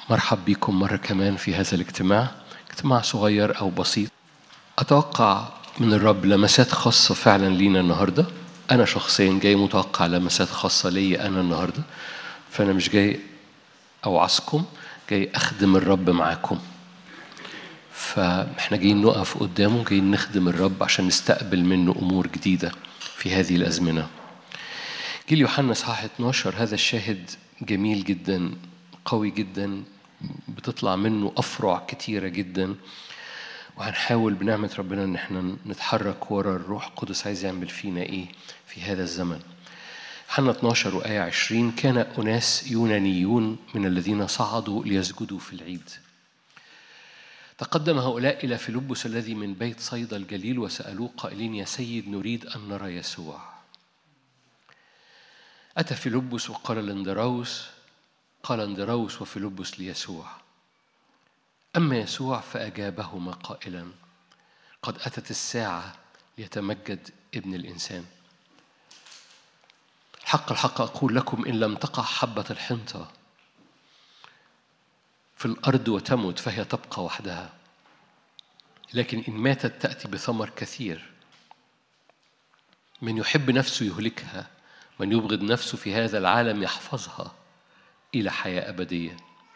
مرحب بكم مرة كمان في هذا اجتماع صغير أو بسيط. أتوقع من الرب لمسات خاصة فعلا لينا النهاردة. أنا شخصيا جاي متوقع لمسات خاصة لي أنا النهاردة، فأنا مش جاي أوعظكم، جاي أخدم الرب معاكم. فإحنا جايين نقف قدامه، جايين نخدم الرب عشان نستقبل منه أمور جديدة في هذه الأزمنة. جيل يوحنا إصحاح 12 هذا الشاهد جميل جدا، قوي جدا، بتطلع منه أفرع كتيرة جدا، وهنحاول بنعمة ربنا إن احنا نتحرك ورا الروح القدس عايز يعمل فينا إيه في هذا الزمن. يوحنا 12 وآية 20: كان أناس يونانيون من الذين صعدوا ليسجدوا في العيد. تقدم هؤلاء إلى فيلبس الذي من بيت صيدا الجليل وسألوه قائلين: يا سيد نريد أن نرى يسوع. أتى فيلبس وقال لاندراوس، قال اندراوس وفيلبس ليسوع. أما يسوع فأجابهما قائلا: قد أتت الساعة ليتمجد ابن الإنسان. الحق الحق أقول لكم إن لم تقع حبة الحنطة في الأرض وتمت فهي تبقى وحدها، لكن إن ماتت تأتي بثمر كثير. من يحب نفسه يهلكها، من يبغض نفسه في هذا العالم يحفظها إلى حياة أبدية.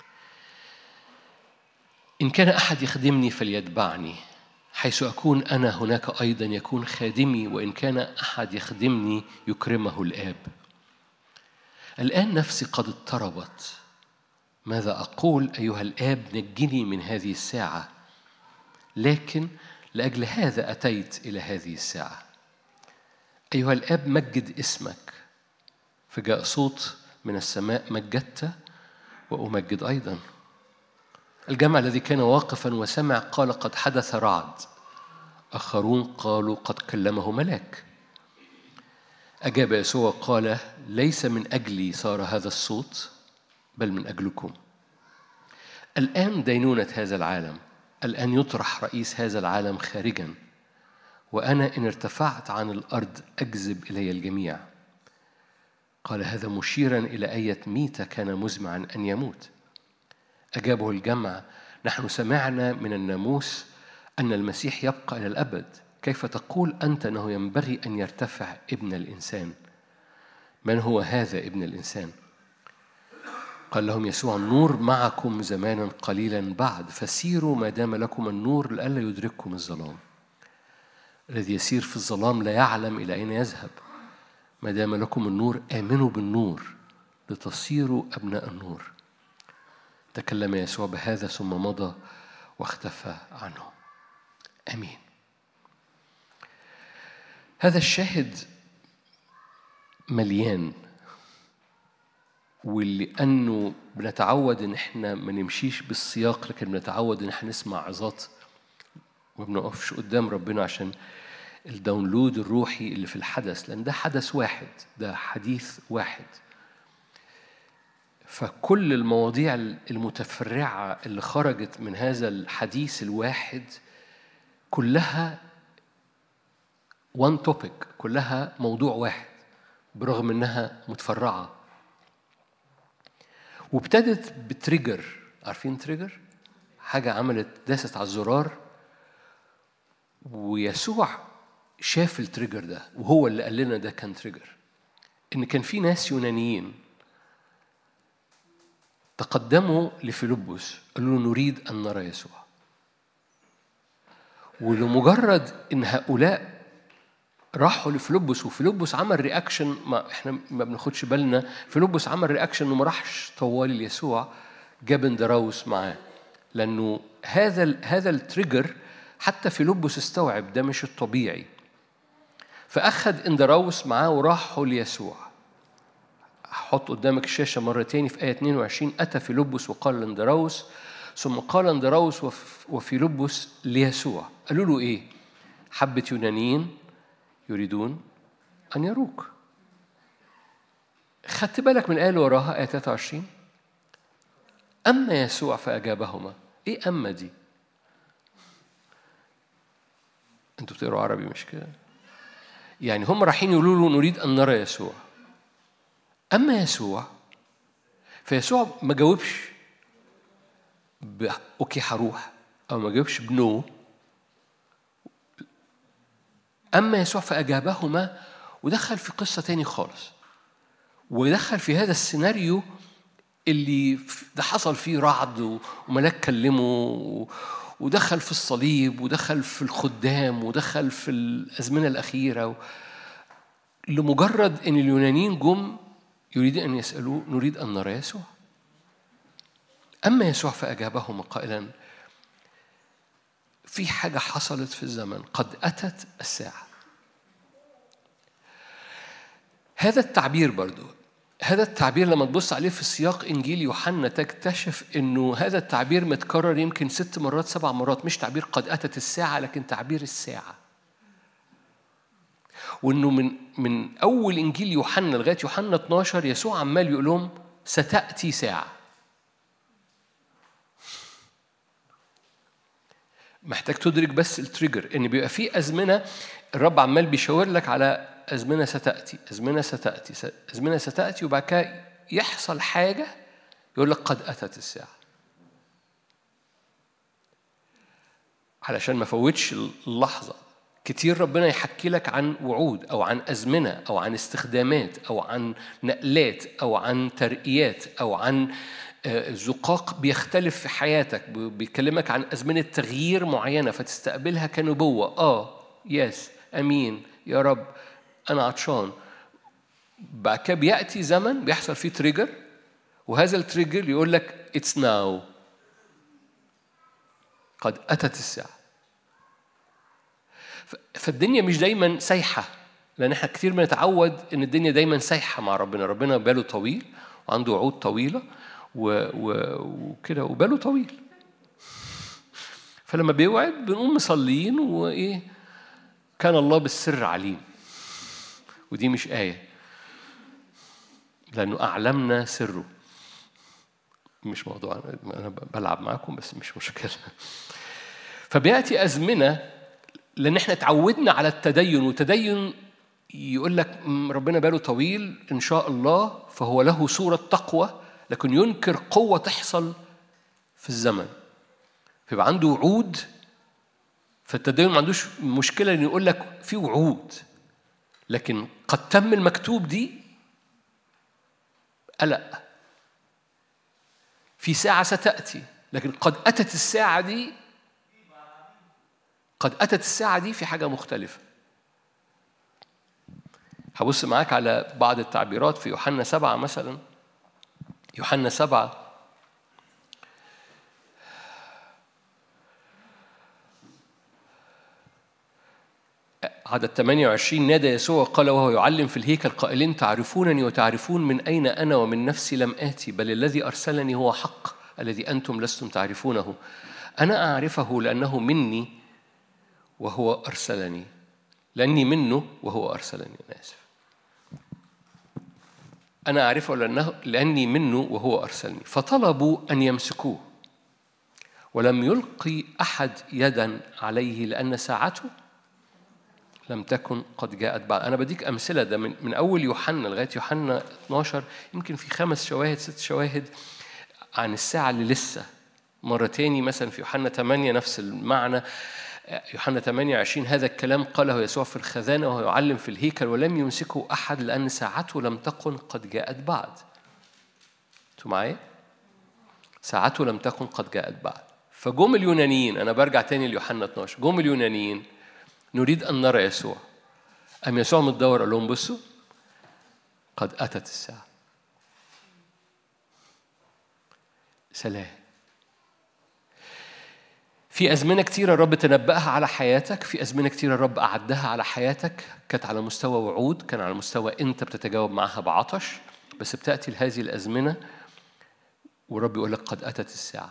إن كان أحد يخدمني فليتبعني، حيث أكون أنا هناك أيضا يكون خادمي، وإن كان أحد يخدمني يكرمه الآب. الآن نفسي قد اضطربت، ماذا أقول؟ أيها الآب نجني من هذه الساعة، لكن لأجل هذا أتيت إلى هذه الساعة. أيها الآب مجد اسمك. فجاء صوت من السماء: مجدت وأمجد أيضا. الجمع الذي كان واقفا وسمع قال: قد حدث رعد. آخرون قالوا: قد كلمه ملاك. أجاب يسوع قال: ليس من أجلي صار هذا الصوت، بل من أجلكم. الآن دينونة هذا العالم، الآن يطرح رئيس هذا العالم خارجا، وأنا إن ارتفعت عن الأرض أجذب إلي الجميع. قال هذا مشيرا إلى أية ميتة كان مزمعا أن يموت. أجابه الجمع: نحن سمعنا من الناموس أن المسيح يبقى إلى الأبد، كيف تقول أنت أنه ينبغي أن يرتفع ابن الإنسان؟ من هو هذا ابن الإنسان؟ قال لهم يسوع: النور معكم زمانا قليلا بعد، فسيروا ما دام لكم النور لئلا يدرككم الظلام. الذي يسير في الظلام لا يعلم إلى أين يذهب. ما دام لكم النور آمنوا بالنور لتصيروا أبناء النور. تكلم يسوع بهذا ثم مضى واختفى عنه. آمين. هذا الشاهد مليان، ولأنه بنتعود إن إحنا ما نمشيش بالسياق، لكن بنتعود إن إحنا نسمع عظات وما بنقفش قدام ربنا عشان الداونلود الروحي اللي في الحدث، لأن ده حدث واحد، ده حديث واحد. فكل المواضيع المتفرعة اللي خرجت من هذا الحديث الواحد كلها one topic، كلها موضوع واحد برغم إنها متفرعة. وابتدت بتريجر. عارفين تريجر؟ حاجة عملت داست على الزرار، ويسوع شاف التريجر ده، وهو اللي قال لنا ده كان تريجر. إن كان في ناس يونانيين تقدموا لفيلبس قالوا له: نريد أن نرى يسوع. ولمجرد إن هؤلاء راحوا لفيلبس وفيلبس عمل رياكشن، ما إحنا ما بناخدش بالنا، فيلبس عمل رياكشن إنه ما راحش طوالي ليسوع، جاب اندراوس معاه، لأنه هذا التريجر حتى فيلبس استوعب ده مش الطبيعي، فأخذ اندراوس معاه وراحوا ليسوع. حط قدامك الشاشة مرة تاني في آية 22: أتى فيلبس وقال لاندراوس، ثم قال اندراوس وفيلبس ليسوع. قالوا له إيه؟ حبة يونانيين يريدون أن يروك. خدت بالك من الآية اللي وراها آية 23؟ أما يسوع فأجابهما. إيه أما دي؟ أنتوا بتقروا عربي مش كده؟ يعني هم رايحين يقولوا له نريد أن نرى يسوع. أما يسوع، فيسوع ما جاوبش، اوكي هروح، او ما جاوبش بنو. اما يسوع فاجابهما، ودخل في قصه تاني خالص، ودخل في هذا السيناريو اللي ده حصل فيه رعد وملاك كلمه، ودخل في الصليب، ودخل في الخدام، ودخل في الازمنه الاخيره، لمجرد ان اليونانيين جم يريدون ان يسالوه نريد ان نرى يسوع. اما يسوع فاجابهما قائلا في حاجه حصلت في الزمن، قد اتت الساعه. هذا التعبير برضو، هذا التعبير لما تبص عليه في سياق إنجيل يوحنا تكتشف إنه هذا التعبير متكرر يمكن 6 مرات 7 مرات. مش تعبير قد أتت الساعة، لكن تعبير الساعة. وإنه من أول إنجيل يوحنا لغاية يوحنا 12 يسوع عمال يقول لهم ستأتي ساعة. محتاج تدرك بس التريجر، إن بيبقى فيه أزمنة الرب عمال بيشاور لك على أزمنة ستأتي، أزمنة ستأتي، أزمنة ستأتي، وبعد كده يحصل حاجة يقول لك قد أتت الساعة، علشان ما فوتش اللحظة. كتير ربنا يحكي لك عن وعود أو عن أزمنة أو عن استخدامات أو عن نقلات أو عن ترقيات أو عن زقاق بيختلف في حياتك، بيكلمك عن أزمنة تغيير معينة فتستقبلها كنبوة. يس أمين يا رب أنا عطشان. بعد كده بيأتي زمن بيحصل فيه تريجر، وهذا التريجر يقول لك it's now، قد أتت الساعة. فالدنيا مش دايما سايحة، لأن احنا كتير بنتعود إن الدنيا دايما سايحة مع ربنا. ربنا باله طويل وعنده وعود طويلة وكده، وباله طويل. فلما بيوعد بنقوم مصلين وإيه، كان الله بالسر عليم. ودي مش آية، لأنه أعلمنا سره. مش موضوع أنا بلعب معاكم بس مش مشكلة. فبيأتي أزمنة لأن احنا اتعودنا على التدين، وتدين يقول لك ربنا باله طويل إن شاء الله، فهو له صورة تقوى، لكن ينكر قوة تحصل في الزمن. فيبقى عنده وعود، فالتدين ما عندوش مشكلة إن يقول لك في وعود، لكن قد تم المكتوب دي قلق. في ساعة ستأتي، لكن قد أتت الساعة دي، قد أتت الساعة دي في حاجة مختلفة. هبص معاك على بعض التعبيرات في يوحنا 7 مثلا. يوحنا 7 عدد 28: نادى يسوع قال وهو يعلم في الهيكل قائلين تعرفونني وتعرفون من أين أنا ومن نفسي لم آتي، بل الذي أرسلني هو حق الذي أنتم لستم تعرفونه. أنا أعرفه لأنه مني وهو أرسلني، لأني منه وهو أرسلني. أنا آسف، أنا أعرفه لأني منه وهو أرسلني. فطلبوا أن يمسكوه ولم يلقي أحد يدا عليه لأن ساعته لم تكن قد جاءت بعد. أنا بديك أمثلة ده من أول يوحنا لغاية يوحنا 12، يمكن في 5 شواهد 6 شواهد عن الساعة اللي لسه. مرة تاني مثلا في يوحنا 8 نفس المعنى. يوحنا 28: هذا الكلام قاله يسوع في الخزانة وهو يعلم في الهيكل ولم يمسكه أحد لأن ساعته لم تكن قد جاءت بعد. أنتوا معايا؟ ساعته لم تكن قد جاءت بعد. فجم اليونانيين، أنا برجع تاني ليوحنا 12، جم اليونانيين نريد أن نرى يسوع. أم يسوع متدور قال لهم بصوا قد أتت الساعة. سلام. في أزمنة كتيرة الرب تنبأها على حياتك، في أزمنة كتيرة الرب أعدها على حياتك، كانت على مستوى وعود، كان على مستوى أنت بتتجاوب معها بعطش، بس بتأتي لهذه الأزمنة والرب يقول لك قد أتت الساعة.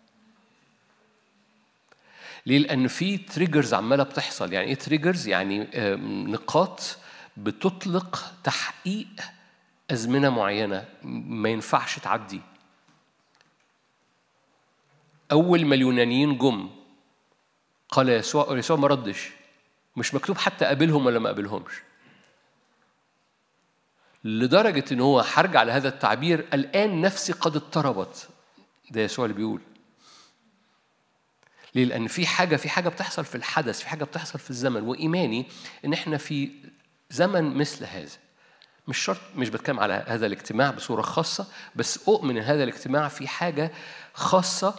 ليه؟ لأن في تريجرز عمالة بتحصل. يعني إيه تريجرز؟ يعني نقاط بتطلق تحقيق أزمنة معينة ما ينفعش تعدي. أول ما اليونانيين جم قال يسوع ما ردش، مش مكتوب حتى قابلهم ولا ما قابلهمش، لدرجة إن هو هرجع لهذا التعبير الآن نفسي قد اضطربت. ده يسوع اللي بيقول ليه؟ لأن في حاجة بتحصل في الحدث، في حاجة بتحصل في الزمن. وإيماني إن إحنا في زمن مثل هذا. مش شرط، مش بتكلم على هذا الاجتماع بصورة خاصة، بس أؤمن إن هذا الاجتماع في حاجة خاصة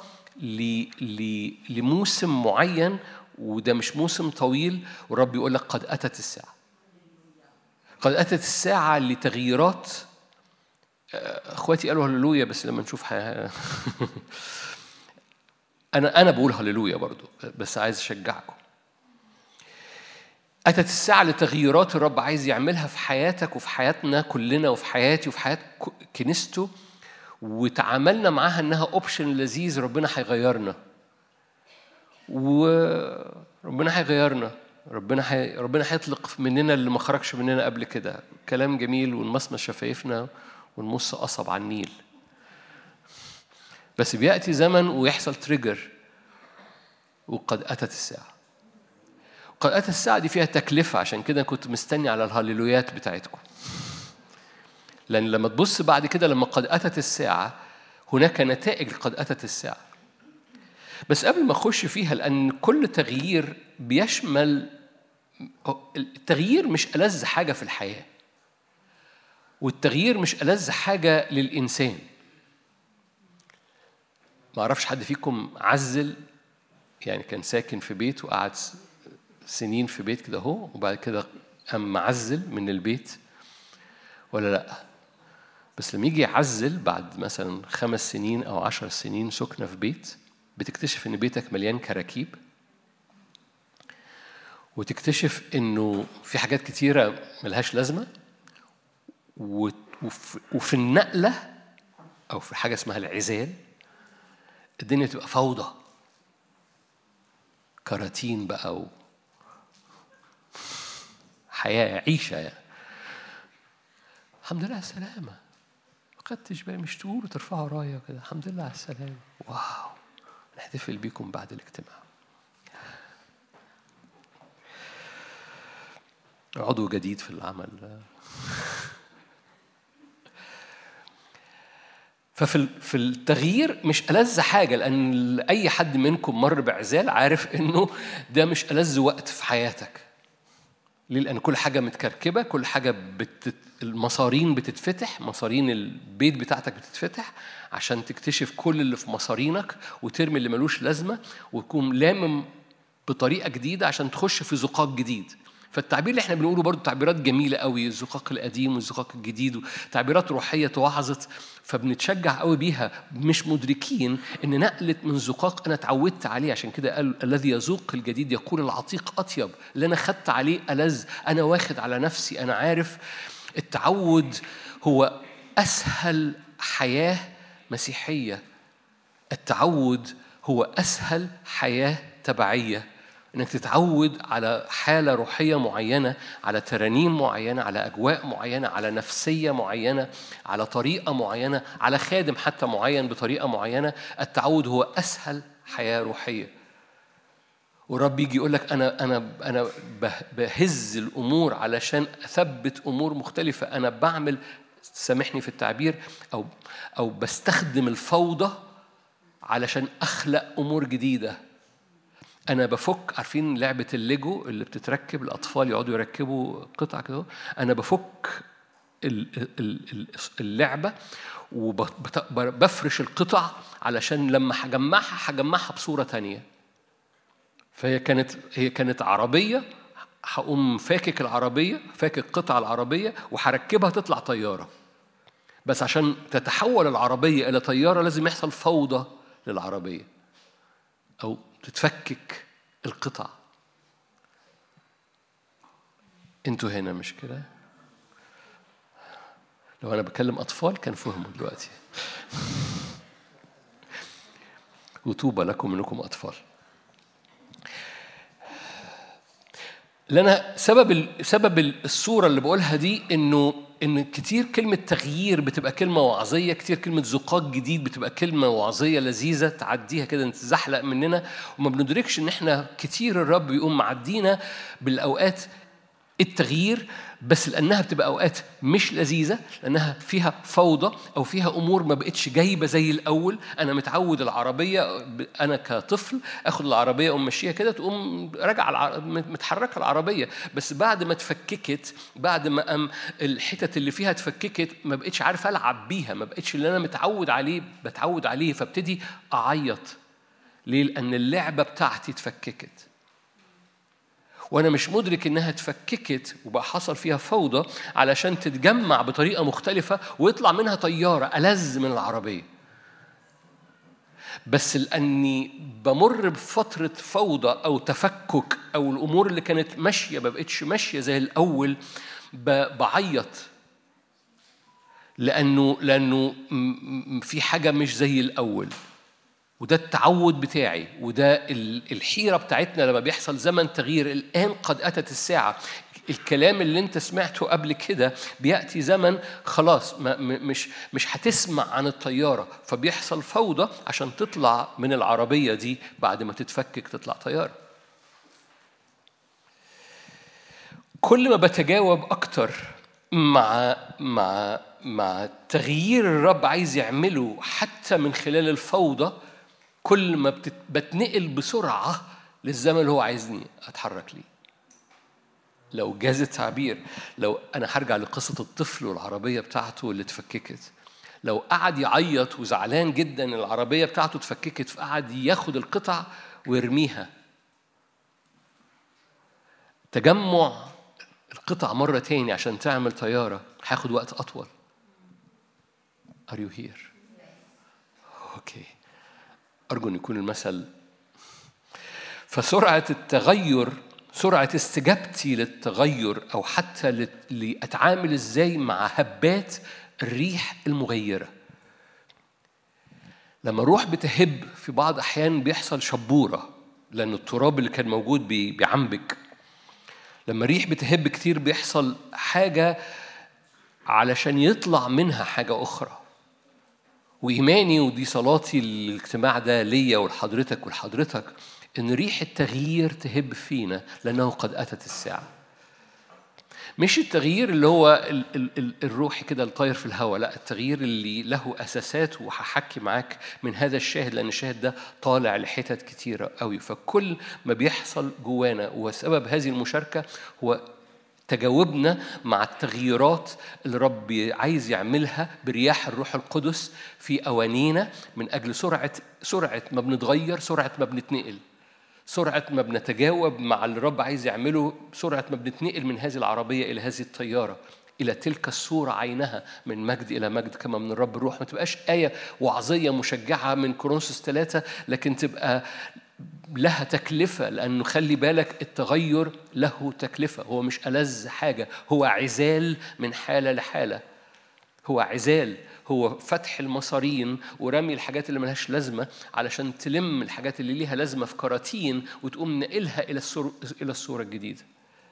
لموسم معين، وده مش موسم طويل. والرب يقول لك قد أتت الساعة. قد أتت الساعة لتغييرات. أخواتي قالوا هللويا، بس لما نشوف أنا بقول هللويا برضو، بس عايز أشجعكم. أتت الساعة لتغييرات الرب عايز يعملها في حياتك وفي حياتنا كلنا وفي حياتي وفي حياة كنيسته، وتعاملنا معاها إنها أوبشن لذيذ. ربنا هيغيرنا، وربنا هيغيرنا. ربنا هيطلق مننا اللي ما خرجش مننا قبل كده. كلام جميل، ونمصمص شفايفنا ونمص قصب على النيل. بس بيأتي زمن ويحصل تريجر، وقد أتت الساعة. قد أتت الساعة دي فيها تكلفة، عشان كده كنت مستني على الهاليلويات بتاعتكم. لأن لما تبص بعد كده، لما قد أتت الساعة هناك نتائج قد أتت الساعة. بس قبل ما أخش فيها، لأن كل تغيير بيشمل، التغيير مش ألذ حاجة في الحياة، والتغيير مش ألذ حاجة للإنسان. ما أعرفش حد فيكم عزل، يعني كان ساكن في بيت وقعد سنين في بيت كده هو، وبعد كده قام معزل من البيت ولا لأ؟ بس لما يجي يعزل بعد مثلا 5 سنين أو 10 سنين سكنة في بيت، بتكتشف إن بيتك مليان كراكيب، وتكتشف إنه في حاجات كتيرة ملهاش لازمة. وفي النقلة أو في حاجة اسمها العزال، الدنيا تبقى فوضى، كراتين بقى، وحياة عيشة يعني. الحمد لله على السلامة، ما خدتش بالي، مش تقولوا ترفعوا راية كده الحمد لله على السلامة. واو، نحتفل بيكم بعد الاجتماع. عضو جديد في العمل. ففي التغيير مش ألذ حاجة، لأن أي حد منكم مر بعزال عارف إنه ده مش ألذ وقت في حياتك. ليه؟ لأن كل حاجة متكركبة، كل حاجة المصارين بتتفتح، مصارين البيت بتاعتك بتتفتح عشان تكتشف كل اللي في مصارينك وترمي اللي ملوش لازمة، وتكون لامم بطريقة جديدة عشان تخش في زقاق جديد. فالتعبير اللي احنا بنقوله برضو تعبيرات جميلة قوي، الزقاق القديم والزقاق الجديد، تعبيرات روحية توعظت، فبنتشجع قوي بيها، مش مدركين ان نقلت من زقاق انا اتعودت عليه. عشان كده قال الذي يذوق الجديد يقول العتيق اطيب. اللي انا خدت عليه ألذ، انا واخد على نفسي، انا عارف. التعود هو اسهل حياة مسيحية. التعود هو اسهل حياة تبعية، إنك تتعود على حالة روحية معينة، على ترانيم معينة، على أجواء معينة، على نفسية معينة، على طريقة معينة، على خادم حتى معين بطريقة معينة. التعود هو أسهل حياة روحية. ورب يجي يقول لك أنا بهز الأمور علشان أثبت أمور مختلفة. أنا بعمل، سامحني في التعبير، أو بستخدم الفوضى علشان أخلق أمور جديدة. أنا بفك، عارفين لعبة الليجو اللي بتتركب، الأطفال يقعدوا يركبوا قطع كده، أنا بفك اللعبة وبفرش القطع علشان لما هجمعها بصورة تانية. فهي كانت عربية، هقوم فاكك العربية، فاكك قطع العربية وهركبها تطلع طيارة. بس عشان تتحول العربية إلى طيارة لازم يحصل فوضى للعربية، أو تتفكك القطع. انتوا هنا مش كده؟ لو انا بكلم اطفال كان فهموا دلوقتي. وطوبى لكم انكم اطفال. لأن سبب الصورة اللي بقولها دي إن كتير كلمة تغيير بتبقى كلمة وعظية، كتير كلمة زقاق جديد بتبقى كلمة وعظية لذيذة تعديها كده تزحلق مننا، وما بندركش إن إحنا كتير الرب يقوم معدينا بالأوقات التغيير، بس لأنها بتبقى أوقات مش لذيذة، لأنها فيها فوضى أو فيها أمور ما بقتش جايبة زي الأول. أنا متعود العربية، أنا كطفل أخد العربية ومشيها كده تقوم راجعة متحركة العربية، بس بعد ما اتفككت، بعد ما الحتت اللي فيها اتفككت ما بقتش عارف ألعب بيها، ما بقتش اللي أنا بتعود عليه، فابتدي أعيط. ليه؟ لأن اللعبة بتاعتي اتفككت، وأنا مش مدرك إنها اتفككت وبقى حصل فيها فوضى علشان تتجمع بطريقة مختلفة ويطلع منها طيارة ألذ من العربية. بس لأني بمر بفترة فوضى أو تفكك، أو الأمور اللي كانت ماشية ما بقتش ماشية زي الأول، بعيط لأنه في حاجة مش زي الأول. وده التعود بتاعي، وده الحيرة بتاعتنا لما بيحصل زمن تغيير. الآن قد أتت الساعة. الكلام اللي انت سمعته قبل كده بيأتي زمن خلاص مش هتسمع عن الطيارة، فبيحصل فوضى عشان تطلع من العربية دي، بعد ما تتفكك تطلع طيارة. كل ما بتجاوب أكتر مع تغيير الرب عايز يعمله حتى من خلال الفوضى، كل ما بتنقل بسرعة للزمن اللي هو عايزني أتحرك ليه. لو جاز التعبير، لو أنا هرجع لقصة الطفل والعربية بتاعته اللي اتفككت، لو قعد يعيط وزعلان جدا العربية بتاعته اتفككت، فقعد ياخد القطع ويرميها. تجمع القطع مرة تاني عشان تعمل طيارة هياخد وقت أطول. Are you here؟ أوكي، أرجو أن يكون المثل. فسرعة التغير، سرعة استجابتي للتغير، أو حتى لأتعامل إزاي مع هبات الريح المغيرة. لما الروح بتهب في بعض أحيان بيحصل شبورة، لأن التراب اللي كان موجود بيعمبك. لما الريح بتهب كتير بيحصل حاجة علشان يطلع منها حاجة أخرى. وإيماني، ودي صلاتي الاجتماع ده ليا ولحضرتك، إن ريح التغيير تهب فينا، لأنه قد أتت الساعة. مش التغيير اللي هو الروحي كده الطاير في الهواء، لا، التغيير اللي له أساسات. وهحكي معاك من هذا الشاهد، لأن الشاهد ده طالع لحتت كتيرة قوي. فكل ما بيحصل جوانا، وسبب هذه المشاركة هو تجاوبنا مع التغييرات اللي رب عايز يعملها برياح الروح القدس في أوانينا، من أجل سرعة ما بنتغير، سرعة ما بنتنقل، سرعة ما بنتجاوب مع اللي الرب عايز يعمله، سرعة ما بنتنقل من هذه العربية إلى هذه الطيارة، إلى تلك الصورة عينها، من مجد إلى مجد كما من الرب الروح. ما تبقاش آية وعظية مشجعة من كورنثوس 3، لكن تبقى لها تكلفة. لأنه خلي بالك، التغير له تكلفة. هو مش ألذ حاجة، هو عزال من حالة لحالة. هو عزال، هو فتح المصارين ورمي الحاجات اللي ملهاش لازمة علشان تلم الحاجات اللي ليها لازمة في كراتين وتقوم نقلها إلى الصورة الجديدة.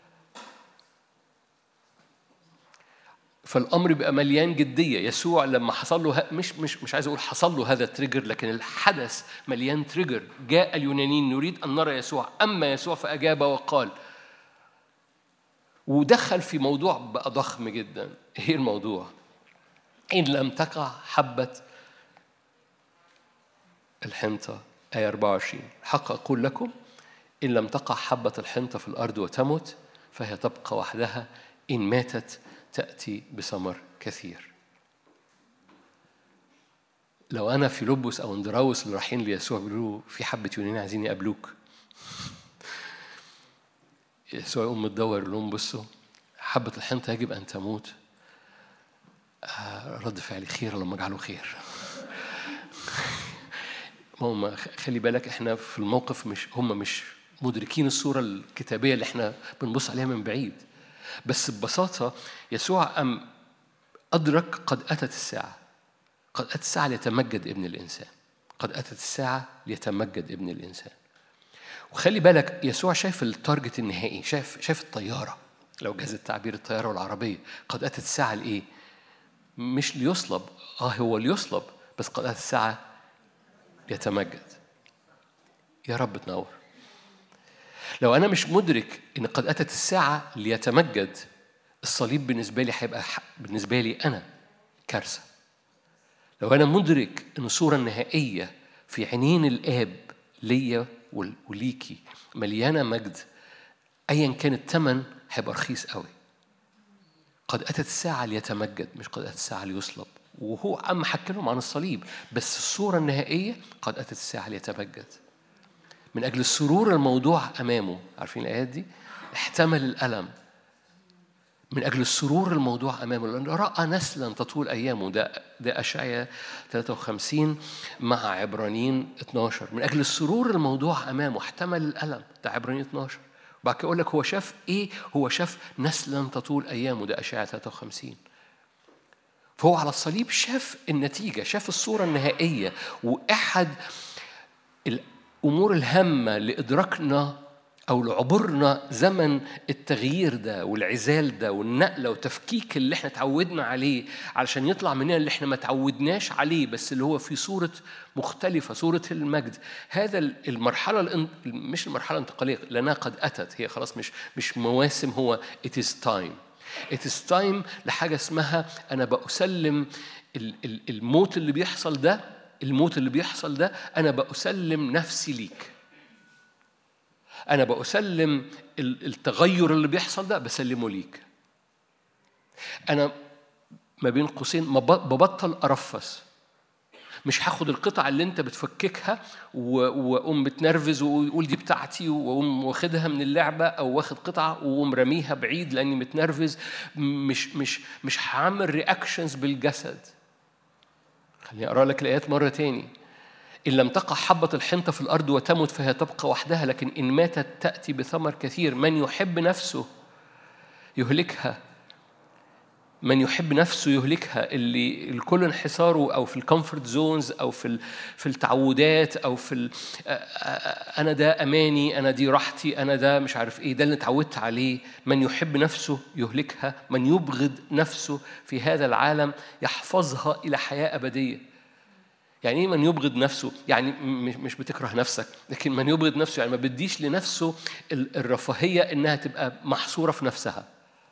فالأمر بقى مليان جدية. يسوع لما حصل له مش عايز أقول حصل له هذا التريجر، لكن الحدث مليان تريجر. جاء اليونانيين نريد أن نرى يسوع، أما يسوع فأجاب وقال، ودخل في موضوع بقى ضخم جدا. إيه الموضوع؟ إن لم تقع حبة الحنطة، آية 24، حق أقول لكم إن لم تقع حبة الحنطة في الأرض وتمت، فهي تبقى وحدها، إن ماتت تأتي بثمر كثير. لو أنا في لبس أو اندراوس اللي رايحين ليسوع بيقولوا في حبة يونانيين عايزين يقابلوك، يسوع يقوم متدور يقول لهم بصوا، حبة الحنطة يجب أن تموت. رد فعلي خير لما اجعله خير. هم خلي بالك، احنا في الموقف هم مش مدركين الصورة الكتابية اللي احنا بنبص عليها من بعيد. بس ببساطة يسوع أدرك قد أتت الساعة. قد أتت الساعة ليتمجد ابن الإنسان. قد أتت الساعة ليتمجد ابن الإنسان. وخلي بالك، يسوع شايف التارجت النهائي، شايف الطيارة، لو جاز التعبير، الطيارة والعربية. قد أتت الساعة لإيه؟ مش ليصلب، هو ليصلب، بس قد أتت الساعة ليتمجد. يا رب تنور. لو أنا مش مدرك إن قد أتت الساعة ليتمجد، الصليب بالنسبة لي هيبقى بالنسبة لي أنا كارثة. لو أنا مدرك إن الصورة النهائية في عينين الآب ليا وليكي مليانة مجد، أيا كان الثمن هيبقى رخيص قوي. قد أتت الساعة ليتمجد، مش قد أتت الساعة ليصلب. وهو عم حكى لهم عن الصليب، بس الصورة النهائية قد أتت الساعة ليتمجد. من أجل السرور الموضوع أمامه، عارفين الآيات دي؟ احتمل الألم من أجل السرور الموضوع أمامه، لأنه رأى نسلا تطول أيامه. ده أشعياء 53 مع عبرانيين 12. من أجل السرور الموضوع أمامه احتمل الألم، ده عبرانيين 12. وبعد كده يقول لك هو شاف إيه؟ هو شاف نسلا تطول أيامه، ده أشعياء 53. فهو على الصليب شاف النتيجة، شاف الصورة النهائية. وأحد الأمور الهامة لإدراكنا أو لعبرنا زمن التغيير ده والعزال ده والنقلة وتفكيك اللي احنا تعودنا عليه علشان يطلع مننا اللي احنا ما تعودناش عليه، بس اللي هو في صورة مختلفة، صورة المجد. هذا المرحلة مش المرحلة الانتقالية لأنها قد أتت، هي خلاص مش مواسم، هو it is time. it is time لحاجة اسمها أنا بأسلم الموت اللي بيحصل ده، الموت اللي بيحصل ده أنا بأسلم نفسي ليك. أنا بأسلم التغير اللي بيحصل ده بسلمه ليك. أنا ما بين قوسين ببطل أرفس. مش هاخد القطع اللي أنت بتفككها وأقوم بتنرفز وأقول دي بتاعتي وأقوم واخدها من اللعبة، أو واخد قطعة وأقوم رميها بعيد لأني متنرفز. مش هعمل رياكشنز بالجسد. خليني أقرأ لك الآيات مرة تاني. إن لم تقع حبة الحنطة في الأرض وتمت فهي تبقى وحدها، لكن إن ماتت تأتي بثمر كثير. من يحب نفسه يهلكها، من يحب نفسه يهلكها. اللي الكل انحصاره أو في الكومفورت زونز أو في التعودات أو أنا ده أماني، أنا دي راحتي، أنا ده مش عارف إيه، ده اللي اتعودت عليه. من يحب نفسه يهلكها، من يبغض نفسه في هذا العالم يحفظها إلى حياة أبدية. يعني إيه من يبغض نفسه؟ يعني مش بتكره نفسك، لكن من يبغض نفسه يعني ما بديش لنفسه الرفاهية إنها تبقى محصورة في نفسها.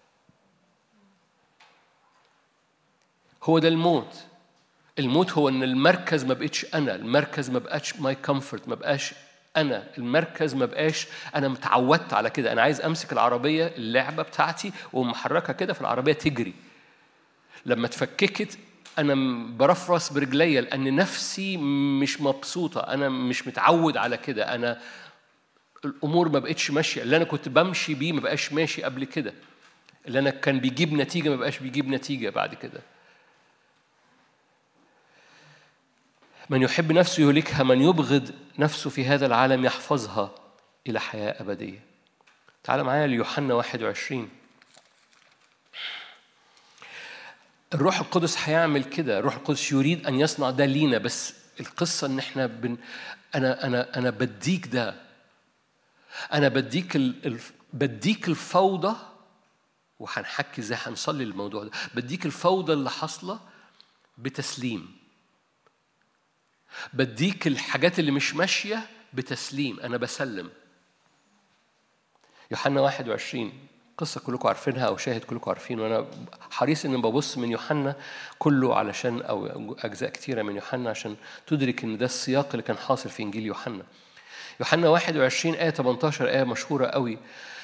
هو ده الموت. الموت هو إن المركز ما بقتش أنا، المركز ما بقاش ماي كومفورت، ما بقاش أنا المركز، ما بقاش أنا متعودت على كده. أنا عايز أمسك العربية اللعبة بتاعتي ومحركها كده في العربية تجري. لما تفككت أنا برفرس برجليا لأن نفسي مش مبسوطة، أنا مش متعود على كده. أنا الأمور ما بقتش ماشية، اللي أنا كنت بمشي بيه ما بقاش ماشي قبل كده، اللي أنا كان بيجيب نتيجة ما بقاش بيجيب نتيجة بعد كده. من يحب نفسه يهلكها، من يبغض نفسه في هذا العالم يحفظها إلى حياة أبدية. تعال معايا ليوحنا 21. الروح القدس هيعمل كده، الروح القدس يريد أن يصنع ده لينا، بس القصة إن إحنا أنا بديك ده، أنا بديك الفوضى. وهنحكي إزاي هنصلي الموضوع ده. بديك الفوضى اللي حاصلة بتسليم، بديك الحاجات اللي مش ماشية بتسليم. أنا بسلم. يوحنا 21 قصة كلكم عارفينها أو شاهد كلكم عارفين، وأنا حريص إن ببص من يوحنا كله علشان أو أجزاء كتيرة من يوحنا عشان تدرك إن ده السياق اللي كان حاصل في إنجيل يوحنا. يوحنا 21 آية 18 آية مشهورة قوي.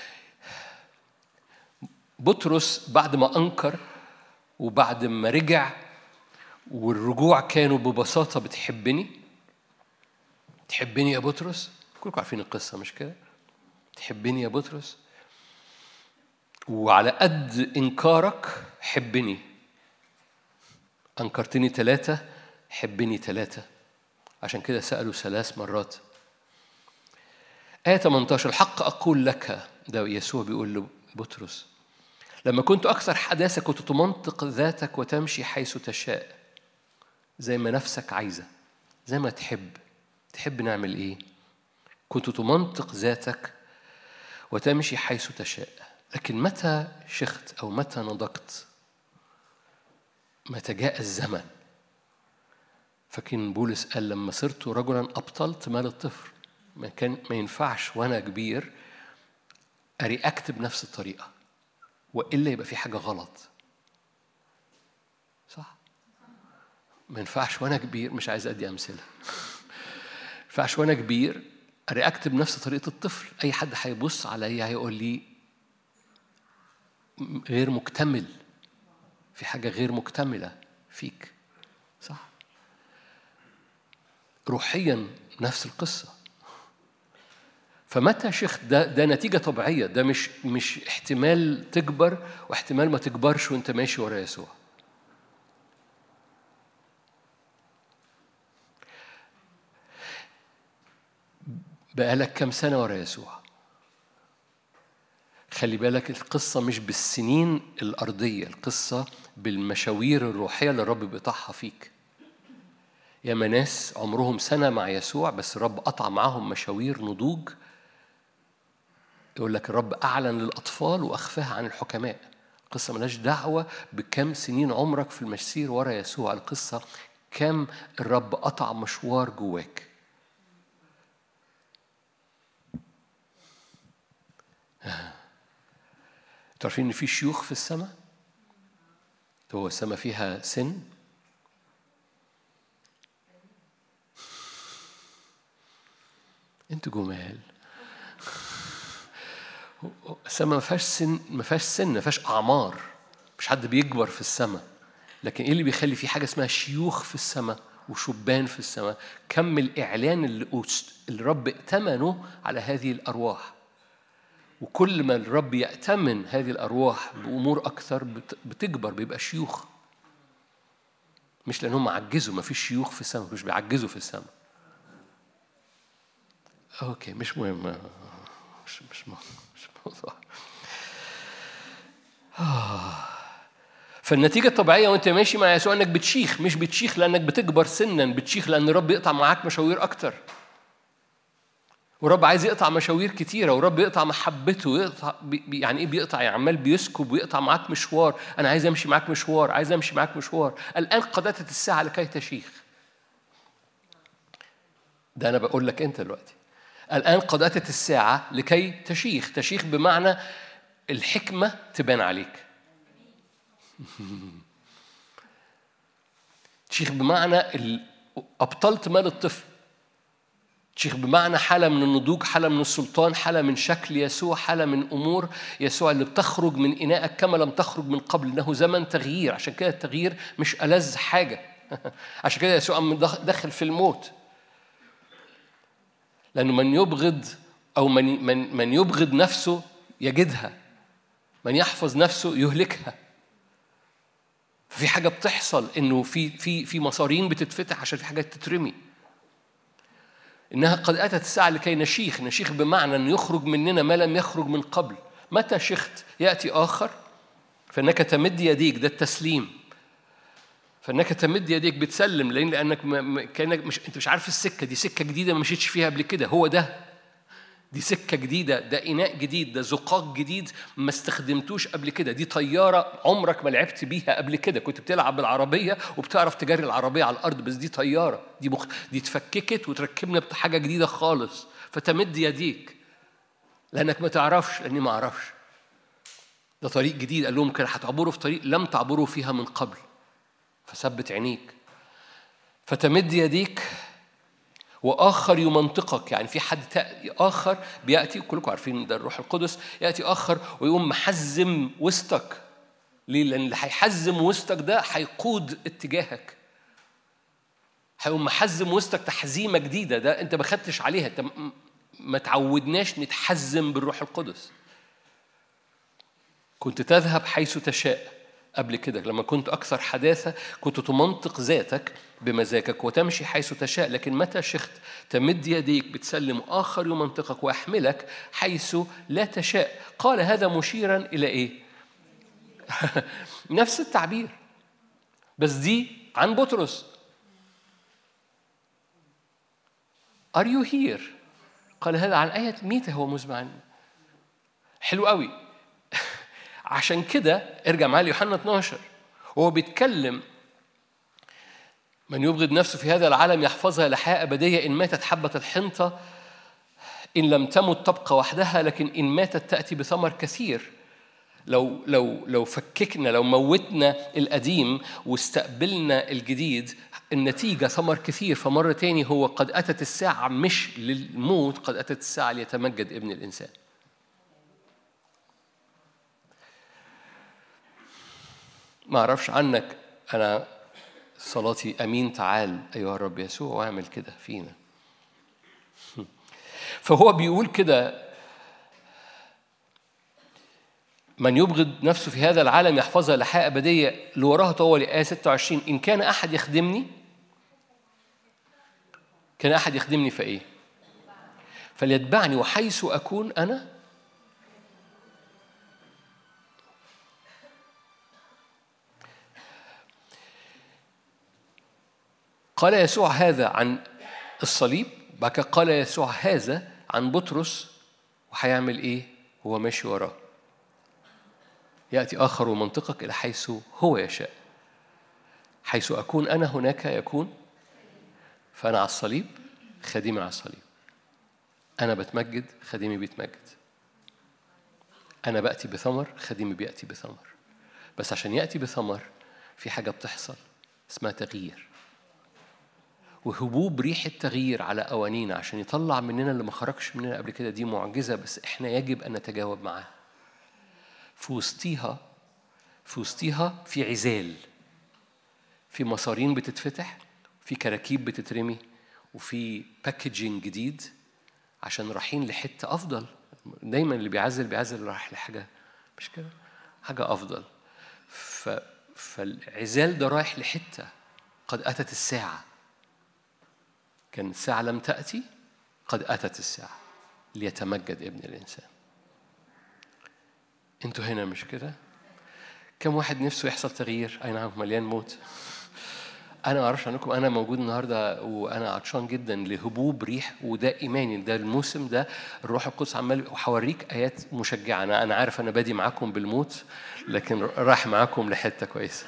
بطرس بعد ما أنكر وبعد ما رجع، والرجوع كانوا ببساطة بتحبني يا بطرس. كلكم عارفين القصة مش كده؟ تحبني يا بطرس، وعلى قد إنكارك حبني. أنكرتني 3، حبني 3. عشان كده سألوا 3 مرات. آية 18 الحق أقول لك، ده يسوع بيقول لبطرس، لما كنت أكثر حداثة كنت تمنطق ذاتك وتمشي حيث تشاء زي ما نفسك عايزة، زي ما تحب نعمل إيه. كنت تمنطق ذاتك وتمشي حيث تشاء. لكن متى شخت أو متى نضجت، متى جاء الزمن. فكان بولس قال لما صرت رجلا أبطلت مال الطفل. ما ينفعش وأنا كبير أرياكت بنفس الطريقة، وإلا يبقى في حاجة غلط. صح؟ ما ينفعش وأنا كبير، مش عايز أدي أمثلة، ما ينفعش وأنا كبير أرياكت بنفس طريقة الطفل. أي حد هيبص عليا هيقول لي غير مكتمل، في حاجة غير مكتملة فيك. صح؟ روحيا نفس القصة. فمتى شيخ ده نتيجة طبيعية، ده مش احتمال تكبر واحتمال ما تكبرش وانت ماشي ورا يسوع. بقالك كم سنة ورا يسوع؟ خلي بالك القصة مش بالسنين الأرضية، القصة بالمشاوير الروحية اللي الرب بيقطعها فيك. ياما ناس عمرهم سنة مع يسوع بس الرب قطع معاهم مشاوير نضوج. يقول لك الرب أعلن للأطفال وأخفاها عن الحكماء. القصة ملهاش دعوة بكم سنين عمرك في المسير ورا يسوع، القصة كم الرب قطع مشوار جواك. تعرفين إن في شيوخ في السماء؟ هو السماء فيها سن؟ انتوا جمال. السماء ما فيهاش سن، ما فيهاش أعمار، مش حد بيكبر في السماء. لكن إيه اللي بيخلي في حاجة اسمها شيوخ في السماء وشبان في السماء؟ كم الإعلان اللي الرب ائتمنه على هذه الأرواح. وكل ما الرب يأتمن هذه الأرواح بأمور أكثر بتكبر، بيبقى شيوخ. مش لأنهم عجزوا، ما فيش شيوخ في السماء، مش بيعجزوا في السماء. أوكي، مش مهم، مش موضوع. فالنتيجة الطبيعية وانت ماشي مع يسوع انك بتشيخ، مش بتشيخ لأنك بتكبر سنا، بتشيخ لأن الرب يقطع معاك مشاوير أكتر. ورب عايز يقطع مشاوير كتيرة، ورب يقطع محبته، يقطع يعني إيه بيقطع؟ يعني عمال بيسكب ويقطع معاك مشوار. أنا عايز أمشي معاك مشوار، عايز أمشي معاك مشوار. الآن قضت الساعة لكي تشيخ. ده أنا بقول لك أنت دلوقتي، الآن قضت الساعة لكي تشيخ. تشيخ بمعنى الحكمة تبان عليك. تشيخ بمعنى أبطلت مال الطفل. تشيخ بمعنى حالة من النضوج، حالة من السلطان، حالة من شكل يسوع، حالة من أمور يسوع اللي بتخرج من إناءك كما لم تخرج من قبل. إنه زمن تغيير، عشان كده التغيير مش ألذ حاجة. عشان كده يسوع دخل في الموت، لأنه من يبغض أو من يبغض نفسه يجدها، من يحفظ نفسه يهلكها. في حاجة بتحصل، إنه في مصارين بتتفتح عشان في حاجات تترمي. إنها قد أتت الساعة لكي نشيخ بمعنى أن يخرج مننا ما لم يخرج من قبل. متى شخت يأتي آخر فإنك تمد يديك، ده التسليم. فإنك تمد يديك بتسلم، لأنك كأنك أنت مش عارف السكة دي، سكة جديدة ما مشيتش فيها قبل كده. هو ده، دي سكة جديدة، ده إناء جديد، ده زقاق جديد ما استخدمتوش قبل كده. دي طيارة عمرك ما لعبت بيها قبل كده. كنت بتلعب بالعربية وبتعرف تجري العربية على الأرض، بس دي طيارة، دي اتفككت وتركبنا بحاجة جديدة خالص. فتمد يديك لأنك ما تعرفش، لأني ما أعرفش. ده طريق جديد، قال لهم كان هتعبروا في طريق لم تعبروا فيها من قبل، فثبت عينيك. فتمد يديك وآخر يمنطقك. يعني في حد آخر بيأتي، كلكم عارفين ده الروح القدس، يأتي آخر ويقوم محزم وسطك. ليه؟ لأن اللي هيحزم وسطك ده هيقود اتجاهك، هيقوم محزم وسطك تحزيمة جديدة. ده أنت ما خدتش عليها، أنت ما تعودناش نتحزم بالروح القدس. كنت تذهب حيث تشاء قبل كده، لما كنت أكثر حداثة كنت تمنطق ذاتك بمزاجك وتمشي حيث تشاء. لكن متى شخت تمد يديك بتسلم آخر يمنطقك ويحملك حيث لا تشاء. قال هذا مشيرا إلى إيه؟ نفس التعبير، بس دي عن بطرس. Are you here؟ قال هذا عن آية ميتة هو مزمع. حلو قوي. عشان كده ارجع معايا ليوحنا 12 وهو بيتكلم، من يبغض نفسه في هذا العالم يحفظها لحياة أبدية، إن ماتت حبة الحنطة إن لم تمت تبقى وحدها، لكن إن ماتت تأتي بثمر كثير. لو فككنا، لو موتنا القديم واستقبلنا الجديد، النتيجة ثمر كثير. فمرة تاني هو قد أتت الساعة مش للموت، قد أتت الساعة ليتمجد ابن الإنسان. ما أعرفش عنك، أنا صلاتي أمين تعال أيها الرب يسوع واعمل كده فينا. فهو بيقول كده: من يبغض نفسه في هذا العالم يحفظها لحياة أبدية. اللي وراها طوالي آية 26: إن كان أحد يخدمني، كان أحد يخدمني فإيه؟ فليتبعني، وحيث أكون أنا قال يسوع هذا عن الصليب. بعد كده قال يسوع هذا عن بطرس، وهيعمل إيه؟ هو ماشي وراه. يأتي آخر ومنطقك إلى حيث هو يشاء. حيث أكون أنا هناك يكون. فأنا على الصليب، خادمي على الصليب. أنا بتمجد، خادمي بيتمجد. أنا بأتي بثمر، خادمي بيأتي بثمر. بس عشان يأتي بثمر في حاجة بتحصل اسمها تغيير، وهبوب ريح التغيير على أوانينا عشان يطلع مننا اللي ما خرجش مننا قبل كده. دي معجزة، بس إحنا يجب أن نتجاوب معاها. في وسطيها في عزال، في مصارين بتتفتح، في كراكيب بتترمي، وفي باكجينج جديد عشان رايحين لحتة أفضل. دايما اللي بيعزل راح لحاجة، مش كده؟ حاجة أفضل. فالعزال ده رايح لحتة. قد أتت الساعة. كان الساعة لم تأتي، قد أتت الساعة ليتمجد ابن الإنسان. انتوا هنا مش كده؟ كم واحد نفسه يحصل تغيير؟ أي نعم، مليان موت. أنا ما أعرفش عنكم، أنا موجود النهاردة وأنا عطشان جدا لهبوب ريح، وده إيماني. ده الموسم ده الروح القدس عمال. وحوريك آيات مشجعة. أنا عارف أنا بادي معاكم بالموت، لكن راح معاكم لحتة كويسة.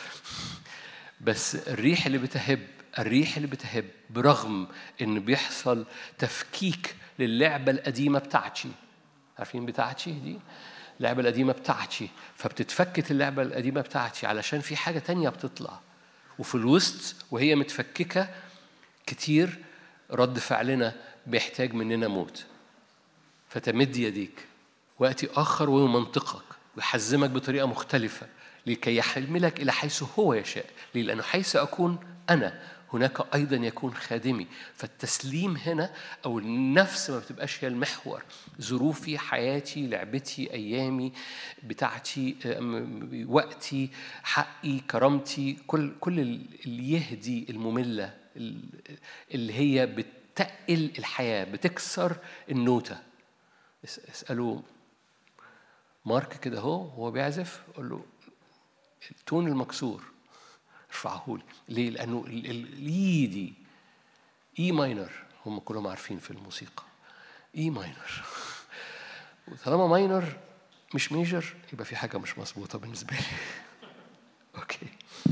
بس الريح اللي بتهب برغم إن بيحصل تفكيك للعبة القديمة بتاعتي. عارفين بتاعتي دي؟ اللعبة القديمة بتاعتي. فبتتفكت اللعبة القديمة بتاعتي علشان في حاجة تانية بتطلع. وفي الوسط وهي متفككة كتير رد فعلنا بيحتاج مننا موت. فتمد يديك وقتي آخر ويمنطقك ويحزمك بطريقة مختلفة لكي يحملك إلى حيث هو يشاء. ليه؟ لأنه حيث أكون أنا هناك أيضا يكون خادمي. فالتسليم هنا أو النفس ما بتبقاش هي المحور. ظروفي، حياتي، لعبتي، أيامي بتاعتي، وقتي، حقي، كرامتي، كل اللي يهدي المملة اللي هي بتقل الحياة، بتكسر النوتة. اسألوا مارك كده هو بيعزف، قول له التون المكسور ارفعه لي. ليه؟ لأنه الإي دي إي ماينر، هم كلهم عارفين في الموسيقى إي ماينر. وطالما ماينر مش ميجر يبقى في حاجة مش مظبوطة بالنسبة لي. أوكي.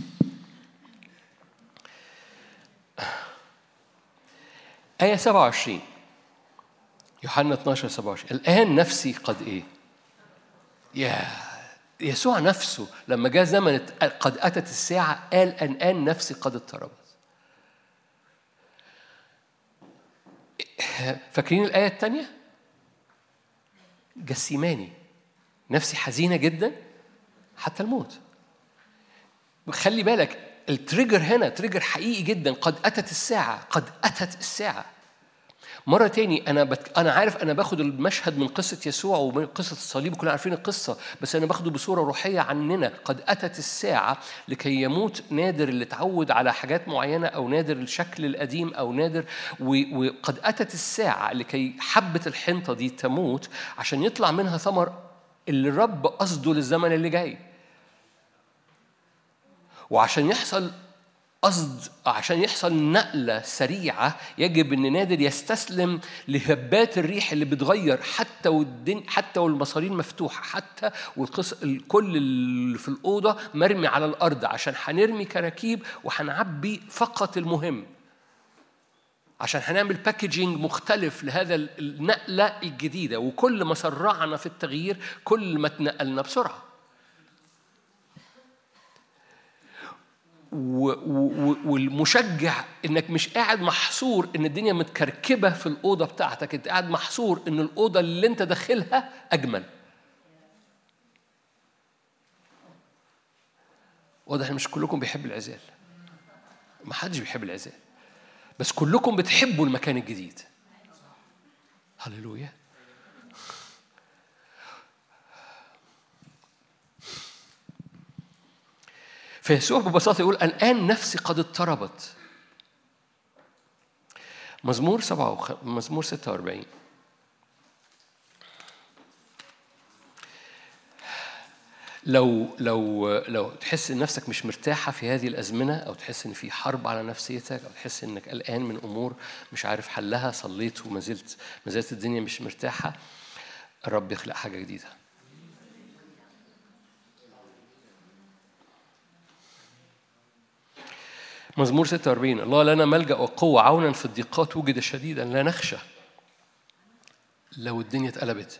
آية 27 يوحنا 12:27. الآن نفسي قد إيه؟ يسوع نفسه لما جاء زمن قد أتت الساعة قال الآن نفسي قد اضطربت. فاكرين الآية الثانية؟ جسيماني، نفسي حزينة جدا حتى الموت. خلي بالك التريجر هنا تريجر حقيقي جدا. قد أتت الساعة، قد أتت الساعة. مرة تاني أنا عارف أنا باخد المشهد من قصة يسوع ومن قصة الصليب، كلنا عارفين القصة، بس أنا باخده بصورة روحية عننا. قد أتت الساعة لكي يموت نادر اللي تعود على حاجات معينة، أو نادر الشكل القديم، أو نادر وقد أتت الساعة لكي حبة الحنطة دي تموت عشان يطلع منها ثمر اللي الرب قصده للزمن اللي جاي. عشان يحصل نقلة سريعة يجب أن نادر يستسلم لهبات الريح اللي بتغير حتى والمصارين مفتوحة، حتى الكل اللي في الأوضة مرمي على الأرض، عشان هنرمي كراكيب وهنعبي فقط المهم عشان هنعمل باكيجينج مختلف لهذا النقلة الجديدة، وكل ما سرعنا في التغيير كل ما اتنقلنا بسرعة. والمشجع انك مش قاعد محصور ان الدنيا متكركبة في الأوضة بتاعتك، انت قاعد محصور ان الأوضة اللي انت داخلها أجمل. واضح ان مش كلكم بيحب العزال، ما حدش بيحب العزال، بس كلكم بتحبوا المكان الجديد. هللويا. فيسوع ببساطة يقول الآن نفسي قد اضطربت. مزمور 46. لو تحس ان نفسك مش مرتاحه في هذه الازمنه، او تحس ان في حرب على نفسيتك، او تحس انك قلقان من امور مش عارف حلها، صليت وما زالت الدنيا مش مرتاحه، الرب يخلق حاجه جديده. مزمور 46. الله لنا ملجأ وقوة، عونا في الضيقات وجد شديدا لا نخشى. لو الدنيا اتقلبت.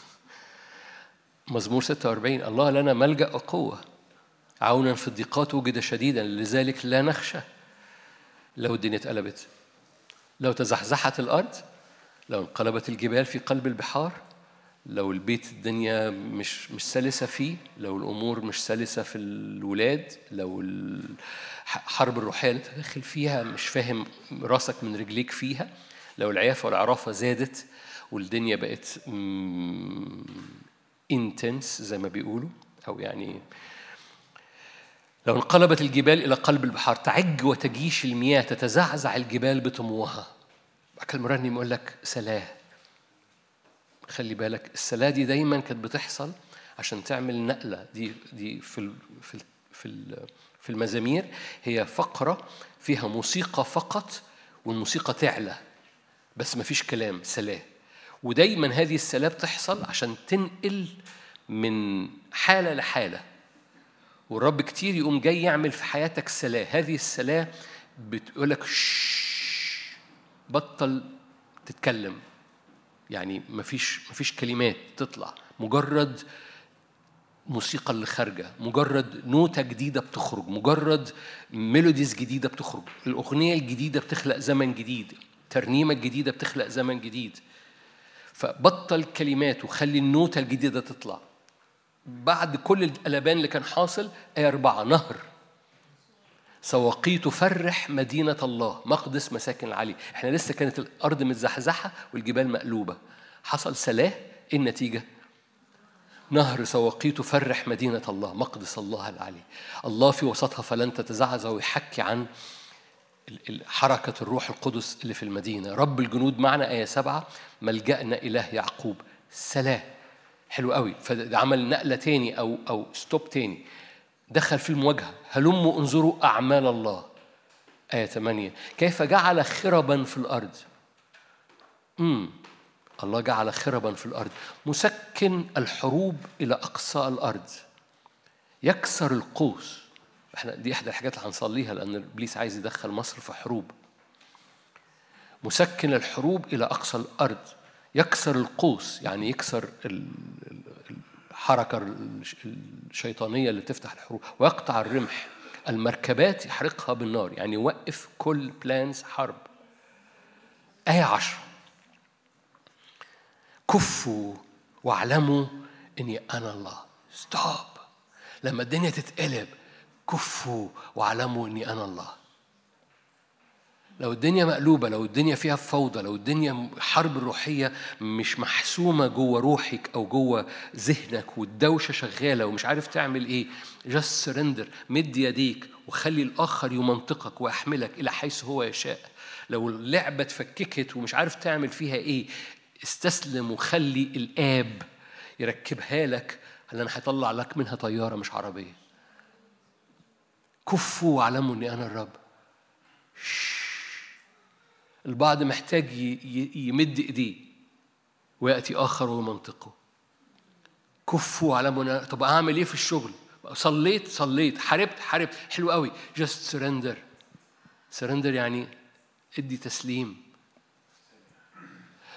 مزمور 46. الله لنا ملجأ وقوة، عونا في الضيقات وجد شديدا لذلك لا نخشى. لو الدنيا اتقلبت، لو تزحزحت الأرض، لو انقلبت الجبال في قلب البحار، لو البيت الدنيا مش سلسة فيه، لو الأمور مش سلسة في الولاد، لو الحرب الروحية اللي تدخل فيها مش فاهم راسك من رجليك فيها، لو العيافة والعرافة زادت والدنيا بقت intense زي ما بيقولوا، أو يعني لو انقلبت الجبال إلى قلب البحار، تعج وتجيش المياه، تتزعزع الجبال بطموها. أكل مرنم يقول لك سلاه. خلي بالك السلاه دي دايما كانت بتحصل عشان تعمل نقلة. دي في المزامير هي فقرة فيها موسيقى فقط، والموسيقى تعلى بس ما فيش كلام، سلاه. ودايما هذه السلاه بتحصل عشان تنقل من حالة لحالة، والرب كتير يقوم جاي يعمل في حياتك سلاه. هذه السلاه بتقولك بطل تتكلم، يعني مفيش كلمات تطلع، مجرد موسيقى اللي خارجة، مجرد نوتة جديدة بتخرج، مجرد ميلوديز جديدة بتخرج. الأغنية الجديدة بتخلق زمن جديد، ترنيمة جديدة بتخلق زمن جديد. فبطل كلمات وخلي النوتة الجديدة تطلع. بعد كل القلبان اللي كان حاصل، آية 4: نهر سواقي تفرح مدينة الله، مقدس مساكن العلي. احنا لسه كانت الأرض متزحزحة والجبال مقلوبة، حصل سلاه. النتيجة نهر سواقي تفرح مدينة الله، مقدس الله العلي. الله في وسطها فلن تتزعزع، ويحكي عن حركة الروح القدس اللي في المدينة. رب الجنود معنا، آية 7: ملجأنا إله يعقوب، سلاه. حلو قوي. فعمل نقلة تاني أو ستوب تاني، دخل في المواجهة. هلموا انظروا أعمال الله، آية 8: كيف جعل خربا في الأرض. الله جعل خربا في الأرض، مسكن الحروب إلى أقصى الأرض، يكسر القوس. احنا دي إحدى الحاجات اللي هنصليها، لأن إبليس عايز يدخل مصر في حروب. مسكن الحروب إلى أقصى الأرض، يكسر القوس، يعني يكسر الحركة الشيطانية اللي تفتح الحروب، ويقطع الرمح، المركبات يحرقها بالنار، يعني يوقف كل بلانز حرب. آية 10: كفوا واعلموا إني أنا الله. ستوب. لما الدنيا تتقلب، كفوا واعلموا إني أنا الله. لو الدنيا مقلوبة، لو الدنيا فيها فوضى، لو الدنيا حرب روحية مش محسومة جوه روحك أو جوه ذهنك، والدوشة شغالة ومش عارف تعمل إيه، just surrender. مد يديك وخلي الآخر يمنطقك ويحملك إلى حيث هو يشاء. لو اللعبة اتفككت ومش عارف تعمل فيها إيه، استسلم وخلي الآب يركبها لك، لأن هيطلع لك منها طيارة مش عربية. كفوا واعلموا إني أنا الرب. البعض محتاج يمد إيديه ويأتي آخر ومنطقه. كفوا واعلموا. طب أعمل إيه في الشغل؟ صليت، حاربت. حلو قوي. just surrender. يعني ادي تسليم.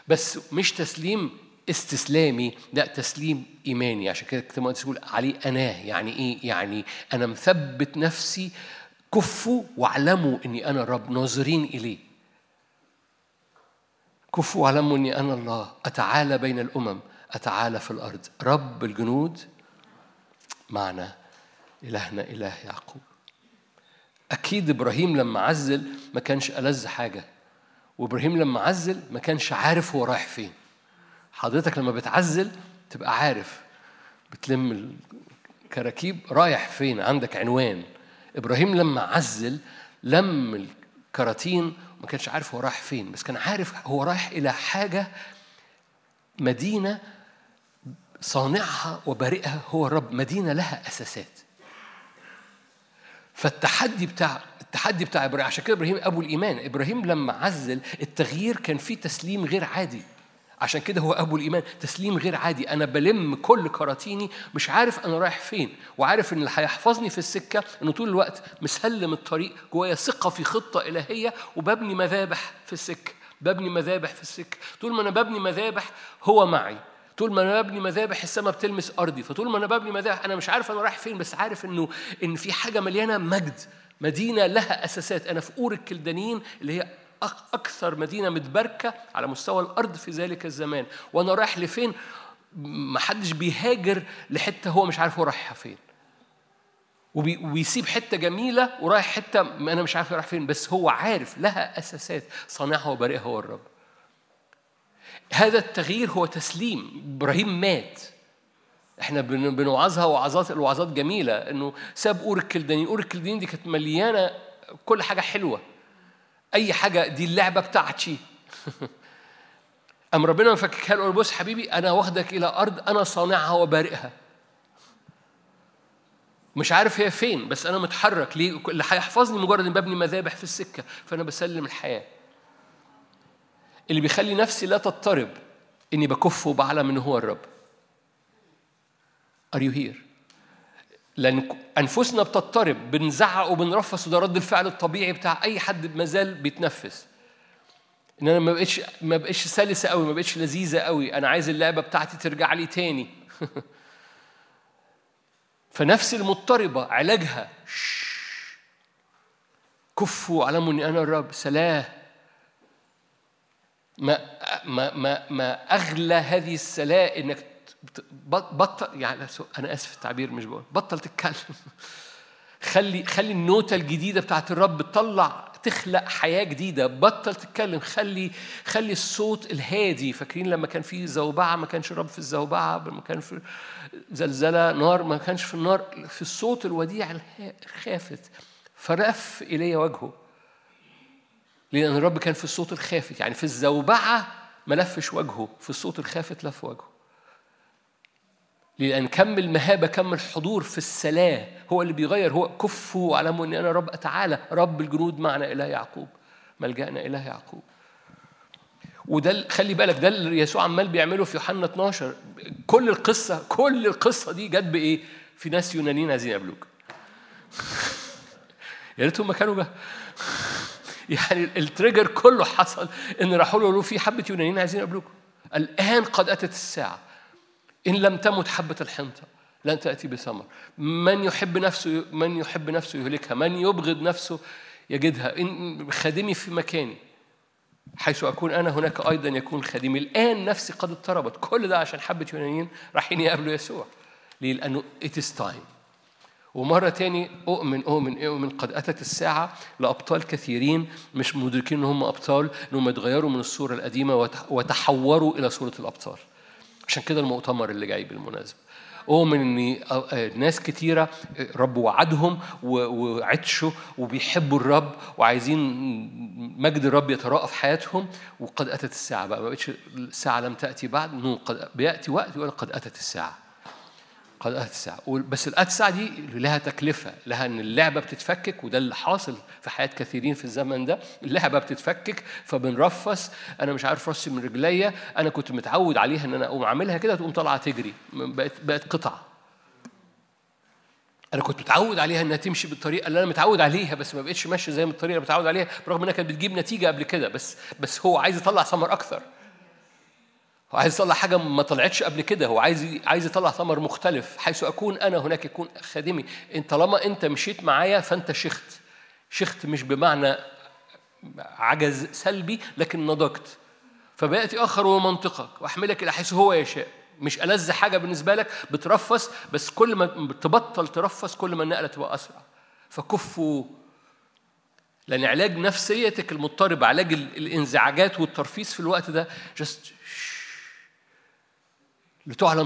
بس مش تسليم استسلامي، لا تسليم إيماني. عشان كده الكتاب المقدس يقول عليه أناه. يعني إيه؟ يعني أنا مثبت نفسي، كفوا واعلموا إني أنا الرب، ناظرين إليه. كفوا واعلموا إني أنا الله، أتعالى بين الأمم، أتعالى في الأرض، رب الجنود معنا، إلهنا إله يعقوب. أكيد إبراهيم لما عزل ما كانش ألذ حاجة، وإبراهيم لما عزل ما كانش عارف هو رايح فين. حضرتك لما بتعزل تبقى عارف، بتلم الكراكيب رايح فين، عندك عنوان. إبراهيم لما عزل لم الكراتين، ما كانش عارف هو رايح فين، بس كان عارف هو رايح إلى حاجة، مدينة صانعها وبارئها هو الرب، مدينة لها أساسات. فالتحدي بتاع إبراهيم، عشان كده إبراهيم أبو الإيمان. إبراهيم لما عزل التغيير كان فيه تسليم غير عادي، عشان كده هو أبو الإيمان. تسليم غير عادي، أنا بلم كل كراتيني، مش عارف أنا رايح فين، وعارف إن اللي هيحفظني في السكة إنه طول الوقت مسلم الطريق، جوايا ثقة في خطة إلهية، وببني مذابح في السكة. ببني مذابح في السكة. طول ما أنا ببني مذابح هو معي. طول ما أنا ببني مذابح السماء بتلمس أرضي. فطول ما أنا ببني مذابح أنا مش عارف أنا رايح فين، بس عارف إن في حاجة مليانة مجد، مدينة لها أساسات. أنا في أور الكلدانيين اللي هي أكثر مدينة متباركة على مستوى الأرض في ذلك الزمان. وأنا رايح لفين؟ محدش بيهاجر لحتة هو مش عارف هو رايح فين، وبيسيب حتة جميلة ورايح حتة أنا مش عارف رايح فين، بس هو عارف لها أساسات، صانعها وبارئها هو الرب. هذا التغيير هو تسليم. إبراهيم مات. احنا بنوعظها الوعظات جميلة، انه ساب أور الكلدانيين. أور الكلدانيين دي كانت مليانة كل حاجة حلوة، أي حاجة، دي اللعبة بتاعتي. أم ربنا مفككها له، بص حبيبي أنا واخدك إلى أرض أنا صانعها وبارئها، مش عارف هي فين، بس أنا متحرك ليه؟ اللي هيحفظني مجرد إن ببني مذابح في السكة، فأنا بسلم الحياة. اللي بيخلي نفسي لا تضطرب إني بكف وبعلم إن هو الرب. Are you here؟ لأن أنفسنا بتضطرب، بنزعق وبنرفس، وده رد الفعل الطبيعي بتاع أي حد مازال بيتنفس. إن أنا ما بقتش سلسة قوي، ما بقتش لذيذة قوي، أنا عايز اللعبة بتاعتي ترجع لي تاني. فنفس المضطربة علاجها كفوا واعلموا إني أنا الرب. سلام. ما أغلى هذه السلام إنك بطل، يعني أنا آسف التعبير، مش بقول بطل تتكلم. خلي النوتة الجديدة بتاعت الرب تخلق حياة جديدة. بطل تتكلم، خلي الصوت الهادي. فاكرين لما كان في زوبعة، ما كانش الرب في الزوبعة، لما كان في زلزلة نار ما كانش في النار، في الصوت الوديع الخافت، فرف إلي وجهه. لأن الرب كان في الصوت الخافت، يعني في الزوبعة ما لفش وجهه، في الصوت الخافت لف وجهه. لأن كم المهابة، كم الحضور في السلام هو اللي بيغير. هو كفوا واعلموا أن أنا رب، أتعالى رب الجنود معنا، إله يعقوب، ملجأنا إله يعقوب. وده خلي بالك، ده اللي يسوع عمال بيعمله في يوحنا 12. كل القصة دي جت بإيه؟ في ناس يونانيين عايزين يقابلوك. يا ريتهم ما كانوا يعني التريجر كله حصل إن راحوا له في حبة يونانيين عايزين يقابلوك. الآن قد أتت الساعة، إن لم تمت حبة الحنطة لن تأتي بثمر. من يحب نفسه يهلكها، من يبغض نفسه يجدها. إن خادمي في مكاني حيث أكون أنا هناك أيضا يكون خادمي. الآن نفسي قد اضطربت. كل ده عشان حبة يونانيين رايحين يقابلوا يسوع. ليه؟ لأنه it is time. ومرة تاني أؤمن قد أتت الساعة لأبطال كثيرين مش مدركين إن هم أبطال، إنهم يتغيروا من الصورة القديمة وتحوروا إلى صورة الأبطال. عشان كده المؤتمر اللي جاي بالمناسبة، أؤمن إن ناس كتيرة رب وعدهم وعطشوا وبيحبوا الرب وعايزين مجد الرب يتراءى في حياتهم. وقد أتت الساعة بقى، ما بقتش الساعة لم تأتي بعد، قد بيأتي وقت يقول قد أتت الساعة. قد أتت الساعة. بس الآتت الساعة دي لها تكلفة، لها إن اللعبة بتتفكك، وده اللي حاصل في حياة كثيرين في الزمن ده. اللعبة بتتفكك فبنرفس. أنا مش عارف راسي من رجليا، أنا كنت متعود عليها إن أنا أقوم أعملها كده تقوم طالعة تجري، بقت قطعة. أنا كنت متعود عليها إنها تمشي بالطريقة اللي أنا متعود عليها، بس ما بقتش ماشية زي ما الطريقة اللي متعود عليها، برغم إنها كانت بتجيب نتيجة قبل كده. بس هو عايز يطلع ثمر أكثر. هو عايز يطلع حاجة ما طلعتش قبل كده. هو عايز يطلع ثمر مختلف. حيث أكون أنا هناك يكون خادمي. طالما أنت مشيت معايا فأنت شخت مش بمعنى عجز سلبي، لكن نضجت. فبيأتي آخر ومنطقك وأحملك إلى حيث هو يشاء. مش ألذ حاجة بالنسبة لك بترفس، بس كل ما تبطل ترفس كل ما النقلة تبقى أسرع. فكفوا، لأن علاج نفسيتك المضطربة، علاج الانزعاجات والترفيس في الوقت ده لتعلم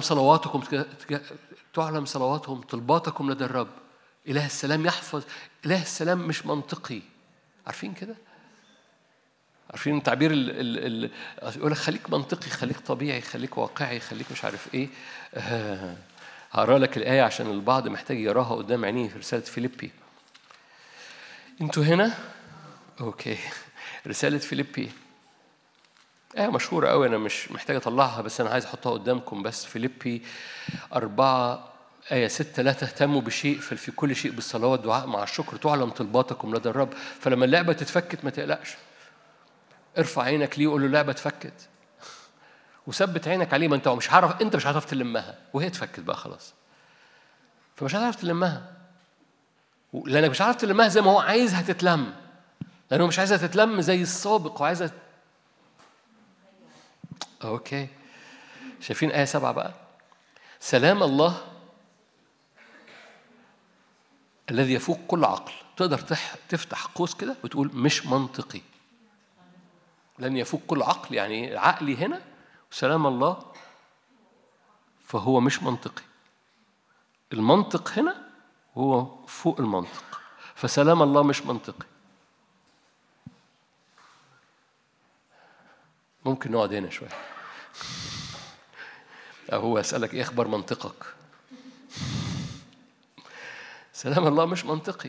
تعلم صلواتهم طلباتكم لدى الرب. إله السلام يحفظ. إله السلام مش منطقي، عارفين كده؟ عارفين تعبير يقول لك خليك منطقي، خليك طبيعي، خليك واقعي، خليك مش عارف ايه. هقرا لك الآية عشان البعض محتاج يراها قدام عينيه في رسالة فيليبي. انتوا هنا؟ اوكي. رسالة فيليبي آية مشهورة قوي، أنا مش محتاج أطلعها بس أنا عايز أحطها قدامكم بس. فيليبي 4 آية 6: لا تهتموا بشيء في كل شيء بالصلاة والدعاء مع الشكر تعلم طلباتكم لدى الرب. فلما اللعبة تتفكت ما تقلقش، ارفع عينك ليه وقول له اللعبة اتفكت، وثبت عينك عليه. ما انت مش هتعرف تلمها، وهي اتفكت بقى خلاص. فمش هتعرف تلمها، لأنك مش هتعرف تلمها زي ما هو عايزها تتلم، لأنه مش عايزها تتلم زي السابق وعايزها. أوكي، شايفين آية 7 بقى؟ سلام الله الذي يفوق كل عقل. تقدر تفتح قوس كده وتقول مش منطقي، لن يفوق كل عقل. يعني عقلي هنا وسلام الله فهو مش منطقي. المنطق هنا هو فوق المنطق، فسلام الله مش منطقي. ممكن نقعد هنا شوية. هو أسألك إيه أخبار منطقك؟ سلام الله مش منطقي.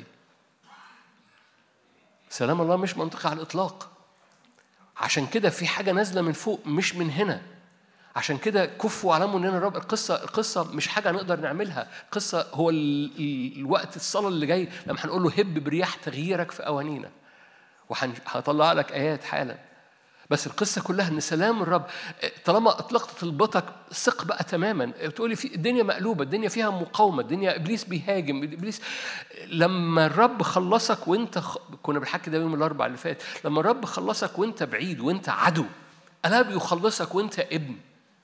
سلام الله مش منطقي على الإطلاق. عشان كده في حاجة نازلة من فوق مش من هنا. عشان كده كفوا وعلموا إننا الرب. القصة مش حاجة نقدر نعملها. القصة هو الوقت الصلاة اللي جاي لما هنقول له هب برياح تغييرك في أوانينا، وهطلع لك آيات حالا. بس القصة كلها إن سلام الرب طالما أطلقت طلبتك ثق بقى تماما. تقولي في الدنيا مقلوبة، الدنيا فيها مقاومة، الدنيا إبليس بيهاجم. إبليس لما الرب خلصك وإنت كنا بنحكي ده يوم الأربعاء اللي فات، لما الرب خلصك وإنت بعيد وإنت عدو، ألا بيخلصك وإنت ابن.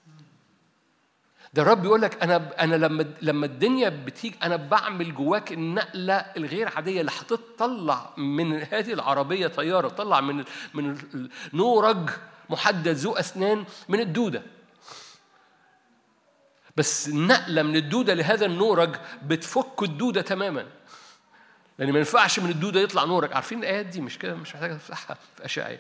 ده الرب يقول لك أنا لما الدنيا بتيجي أنا بعمل جواك النقلة الغير عادية اللي هتطلع من هذه العربية طيارة، طلع من نورج محدد ذو أسنان من الدودة. بس النقلة من الدودة لهذا النورج بتفك الدودة تماما، لأن ما ينفعش من يطلع نورك. عارفين الآيات دي مش كده؟ مش محتاج أفتحها في أشعياء.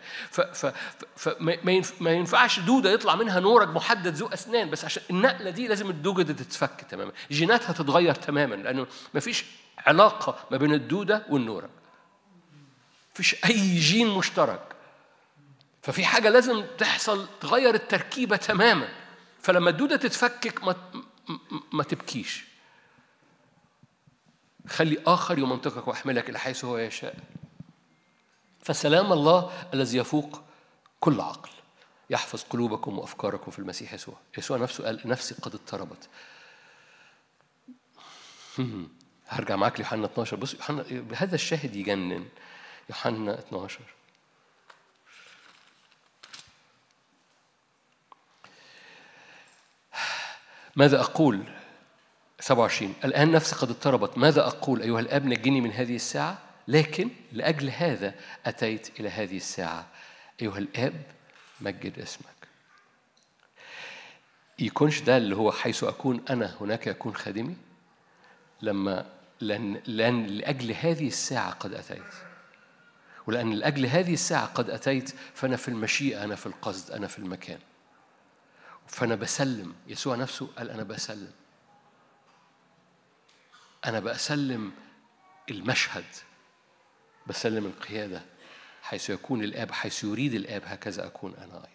فما ينفعش دودة يطلع منها نورك محدد ذو أسنان، بس عشان النقلة دي لازم الدودة دي تتفك تماما، جيناتها تتغير تماما، لأنه ما فيش علاقة ما بين الدودة والنورك، فيش أي جين مشترك. ففي حاجة لازم تحصل تغير التركيبة تماما. فلما الدودة تتفكك ما تبكيش، خلي آخر يمنطقك وأحملك إلى حيث هو يشاء. فسلام الله الذي يفوق كل عقل يحفظ قلوبكم وأفكاركم في المسيح يسوع. يسوع نفسه قال نفسي قد اضطربت. هرجع معاك ليوحنا 12. بص يوحنا هذا الشاهد يجنن. يوحنا 12 ماذا أقول؟ 27 الآن نفسي قد اضطربت، ماذا أقول أيها الآب نجني من هذه الساعة؟ لكن لأجل هذا أتيت إلى هذه الساعة. أيها الآب مجد اسمك. يكونش ده اللي هو حيث أكون أنا هناك يكون خادمي؟ لأن لأجل هذه الساعة قد أتيت، ولأن لأجل هذه الساعة قد أتيت فأنا في المشيئة، أنا في القصد، أنا في المكان. فأنا بسلم. يسوع نفسه قال أنا بسلم، أنا بسلم المشهد، بسلم القيادة. حيث يكون الآب، حيث يريد الآب هكذا أكون أنا أيضا.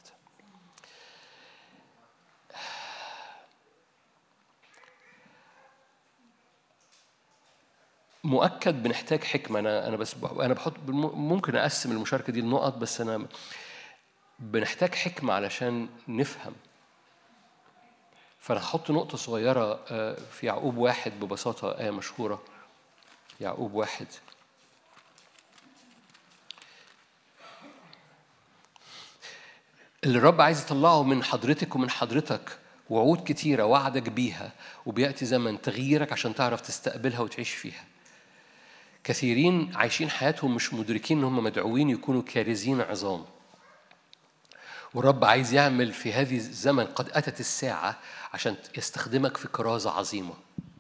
مؤكد بنحتاج حكمة. أنا بحط ممكن أقسم المشاركة دي لنقط، بس أنا بنحتاج حكمة علشان نفهم. فأنا هحط نقطة صغيرة في يعقوب 1 ببساطة، آية مشهورة. يعقوب 1. اللي الرب عايز يطلعه من حضرتك ومن حضرتك وعود كتيرة وعدك بيها، وبيأتي زمن تغييرك عشان تعرف تستقبلها وتعيش فيها. كثيرين عايشين حياتهم مش مدركين إن هم مدعوين يكونوا كارزين عظام، والرب عايز يعمل في هذه الزمن قد أتت الساعة عشان يستخدمك في كرازة عظيمة.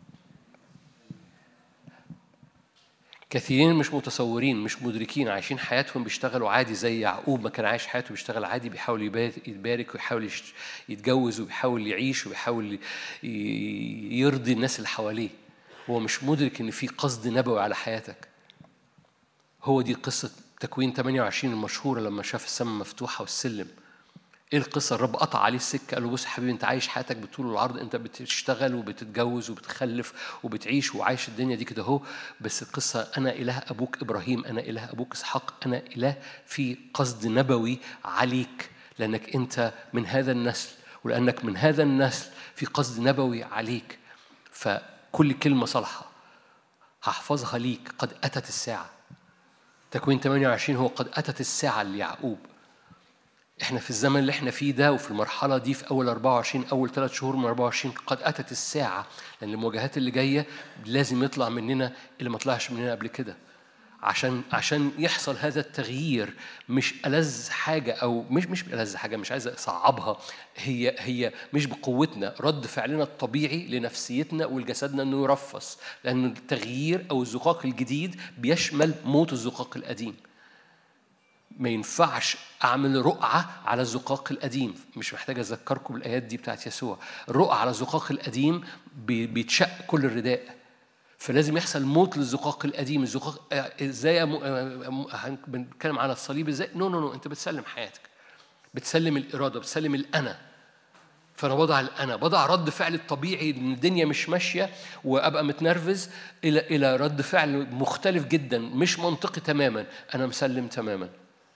كثيرين مش متصورين، مش مدركين، عايشين حياتهم بيشتغلوا عادي زي يعقوب ما كان عايش حياته بيشتغل عادي، بيحاول يتبارك ويحاول يتجوز وبيحاول يعيش وبيحاول يرضي الناس اللي حواليه. هو مش مدرك إن في قصد نبوي على حياتك. هو دي قصة تكوين 28 المشهورة لما شاف السماء مفتوحة والسلم. ايه القصه؟ الرب قطع عليه السكه، قال له بص يا حبيبي، انت عايش حياتك بالطول والعرض، انت بتشتغل وبتتجوز وبتخلف وبتعيش وعايش الدنيا دي كده اهو، بس القصه انا اله ابوك ابراهيم، انا اله ابوك اسحاق، انا اله في قصد نبوي عليك لانك انت من هذا النسل، ولانك من هذا النسل في قصد نبوي عليك. فكل كلمه صالحه هحفظها ليك. قد اتت الساعه. تكوين 28 هو قد اتت الساعه ليعقوب. احنا في الزمن اللي احنا فيه ده وفي المرحلة دي في أول 24 أول 3 شهور من 24 قد أتت الساعة، لأن المواجهات اللي جاية لازم يطلع مننا اللي ما طلعش مننا قبل كده عشان يحصل هذا التغيير. مش ألذ حاجة أو مش ألذ حاجة، مش عايز أصعبها. هي مش بقوتنا، رد فعلنا الطبيعي لنفسيتنا ولجسدنا إنه يرفص، لأن التغيير أو الزقاق الجديد بيشمل موت الزقاق القديم. ما ينفعش أعمل رقعة على الزقاق القديم. مش محتاج أذكركم بالآيات دي بتاعت يسوع. الرقعة على الزقاق القديم بيتشق كل الرداء، فلازم يحصل موت للزقاق القديم. الزقاق ازاي بنتكلم على الصليب ازاي؟ نو انت بتسلم حياتك، بتسلم الإرادة، بتسلم الأنا. فأنا بضع رد فعل الطبيعي إن الدنيا مش ماشية وأبقى متنرفز إلى رد فعل مختلف جدا مش منطقي تماما، أنا مسلم تماما.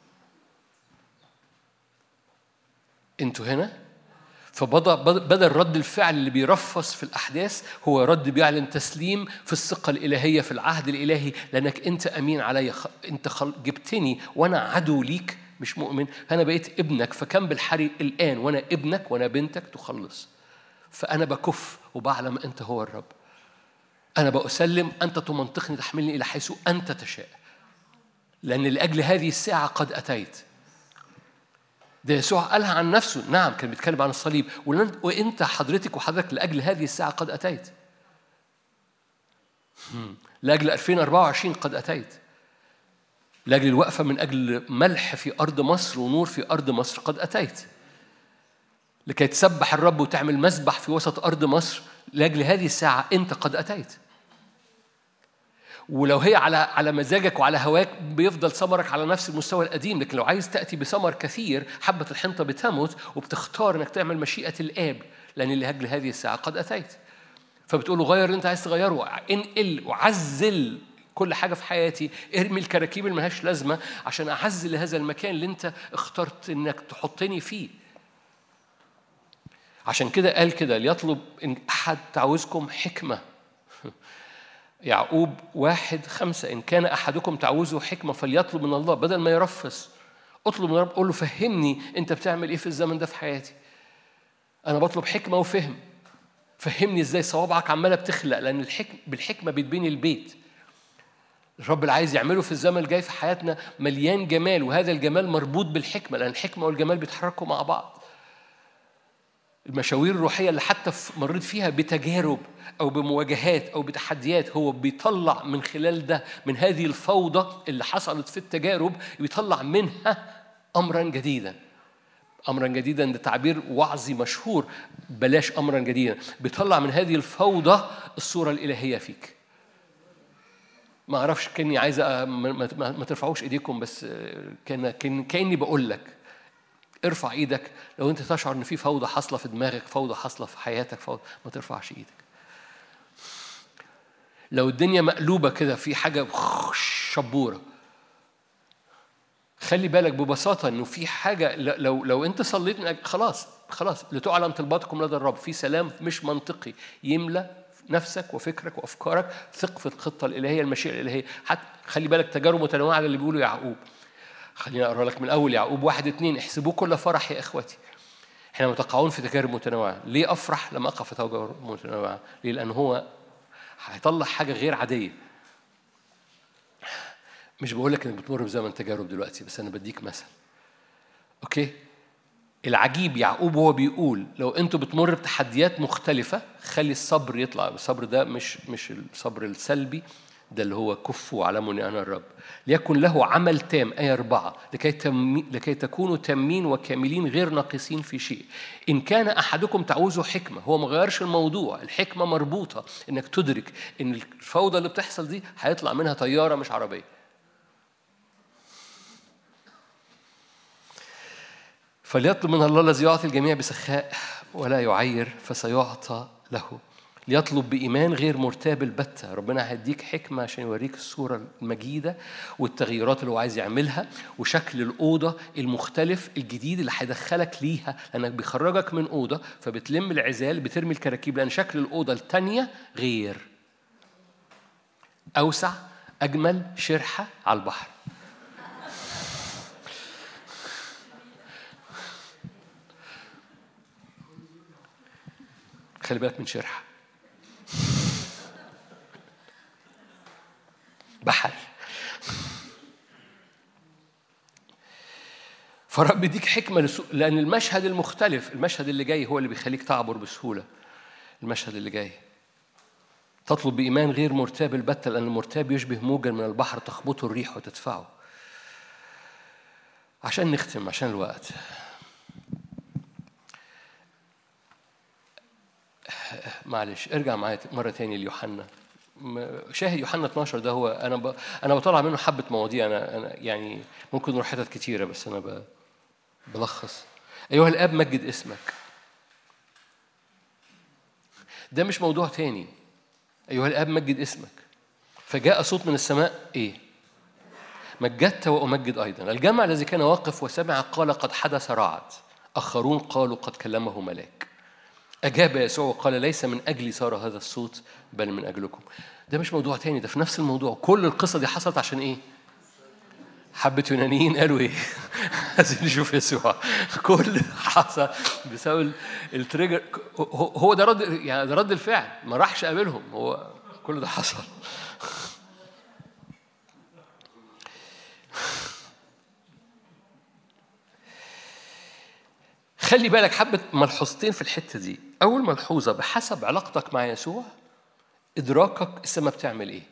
انتوا هنا؟ فبدل رد الفعل اللي بيرفص في الأحداث هو رد بيعلن تسليم في الثقة الإلهية في العهد الإلهي، لأنك أنت أمين علي، أنت جبتني وأنا عدو ليك مش مؤمن، فأنا بقيت ابنك، فكم بالحري الآن وأنا ابنك وأنا بنتك تخلص. فأنا بكف وبعلم أنت هو الرب. أنا بأسلم، أنت تمنطقني تحملني إلى حيث أنت تشاء، لأن لأجل هذه الساعة قد أتيت. ده يسوع قالها عن نفسه. نعم، كان بيتكلم عن الصليب. وانت حضرتك وحضرتك لاجل هذه الساعه قد اتيت. لاجل 2024 قد اتيت. لاجل الوقفه من اجل ملح في ارض مصر ونور في ارض مصر قد اتيت. لكي تسبح الرب وتعمل مسبح في وسط ارض مصر، لاجل هذه الساعه انت قد اتيت. ولو هي على مزاجك وعلى هواك بيفضل ثمرك على نفس المستوى القديم، لكن لو عايز تأتي بثمر كثير حبة الحنطة بتموت، وبتختار انك تعمل مشيئة الآب، لأن لأجل هذه الساعة قد أتيت. فبتقول له غير اللي انت عايز تغيره، انقل وعزل كل حاجة في حياتي، ارمي الكراكيب اللي ملهاش لازمة عشان أعزل هذا المكان اللي انت اخترت انك تحطني فيه. عشان كده قال كده، ليطلب إن أحد تعوزكم حكمة. يعقوب 1:5 إن كان أحدكم تعوزه حكمة فليطلب من الله. بدل ما يرفس، اطلب من الرب، قول له فهمني أنت بتعمل إيه في الزمن ده في حياتي. أنا بطلب حكمة وفهم. فهمني إزاي صوابعك عمالة بتخلق، لأن بالحكمة بيتبني البيت. الرب اللي عايز يعمله في الزمن الجاي في حياتنا مليان جمال، وهذا الجمال مربوط بالحكمة، لأن الحكمة والجمال بيتحركوا مع بعض. المشاوير الروحية اللي حتى مريت فيها بتجارب أو بمواجهات أو بتحديات، هو بيطلع من خلال ده، من هذه الفوضى اللي حصلت في التجارب، بيطلع منها أمرا جديدا. أمرا جديدا ده تعبير وعظي مشهور، بلاش أمرا جديدا. بيطلع من هذه الفوضى الصورة الإلهية فيك. ما أعرفش، كأني عايزة ما ترفعوش إيديكم، بس كأني بقول لك ارفع ايدك لو انت تشعر ان في فوضى حاصله في دماغك، فوضى حاصله في حياتك، فوضى، ما ترفعش ايدك. لو الدنيا مقلوبه كده في حاجه شبوره، خلي بالك ببساطة إنه في حاجة، لو أنت صليت من خلاص لتعلن طلباتكم لدى الرب، في سلام مش منطقي يملى نفسك وفكرك وأفكارك. ثق في الخطة الإلهية، المشيئة الإلهية. حتى خلي بالك تجارب متنوعة اللي بيقولوا يعقوب. خلينا أقرأ لك من أول يعقوب 1:2. احسبوه كل فرح يا إخوتي. إحنا متقعون في تجارب متنوعة. ليه أفرح لما أقع في تجارب متنوعة؟ ليه؟ لأن هو هيطلع حاجة غير عادية. مش بقول لك إنك بتمر بزمن تجارب دلوقتي، بس أنا بديك مثل. أوكي؟ العجيب يعقوب هو بيقول لو أنتوا بتمر بتحديات مختلفة، خلي الصبر يطلع. الصبر ده مش الصبر السلبي، ده اللي هو كفوا واعلموا أني أنا الرب. ليكن له عمل تام، آية 4، لكي تكونوا تامين وكاملين غير ناقصين في شيء. إن كان أحدكم تعوزه حكمة. هو ما غيرش الموضوع، الحكمة مربوطة إنك تدرك إن الفوضى اللي بتحصل دي هيطلع منها طيارة مش عربية. فليطلب من الله الذي يعطي الجميع بسخاء ولا يعير فسيعطى له. ليطلب بإيمان غير مرتاب البتة. ربنا هيديك حكمة عشان يوريك الصورة المجيدة والتغييرات اللي هو عايز يعملها، وشكل الأوضة المختلف الجديد اللي هيدخلك ليها، لأنك بيخرجك من أوضة فبتلم العزال بترمي الكراكيب، لأن شكل الأوضة التانية غير، أوسع، أجمل، شرحة على البحر. خلي بالك من شرحة بحر. فرب يديك حكمة لأن المشهد المختلف، المشهد اللي جاي هو اللي بيخليك تعبر بسهولة. المشهد اللي جاي تطلب بإيمان غير مرتاب البتة، لأن المرتاب يشبه موجا من البحر تخبطه الريح وتدفعه. عشان نختم، عشان الوقت، معلش ارجع معايا مرة تاني ليوحنا. شاهد يوحنا 12 ده هو أنا بطلع منه حبة مواضيع. أنا يعني ممكن نروح حتت كتيرة، بس أنا بلخص. أيها الآب مجد اسمك. ده مش موضوع تاني. أيها الآب مجد اسمك. فجاء صوت من السماء، إيه؟ مجدت وأمجد أيضا. الجمع الذي كان واقف وسمع قال قد حدث رعد. آخرون قالوا قد كلمه ملاك. أجاب يسوع وقال ليس من أجلي صار هذا الصوت بل من أجلكم. ده مش موضوع تاني، ده في نفس الموضوع. كل القصة دي حصلت عشان إيه؟ حبة يونانيين قالوا إيه؟ عايزين نشوف يسوع. كل حصل بسبب التريجر. هو ده رد، يعني ده رد الفعل. ما راحش قابلهم، هو كل ده حصل. خلي بالك حبة ملحوظتين في الحتة دي. أول ملحوظة، بحسب علاقتك مع يسوع إدراكك السماء بتعمل إيه.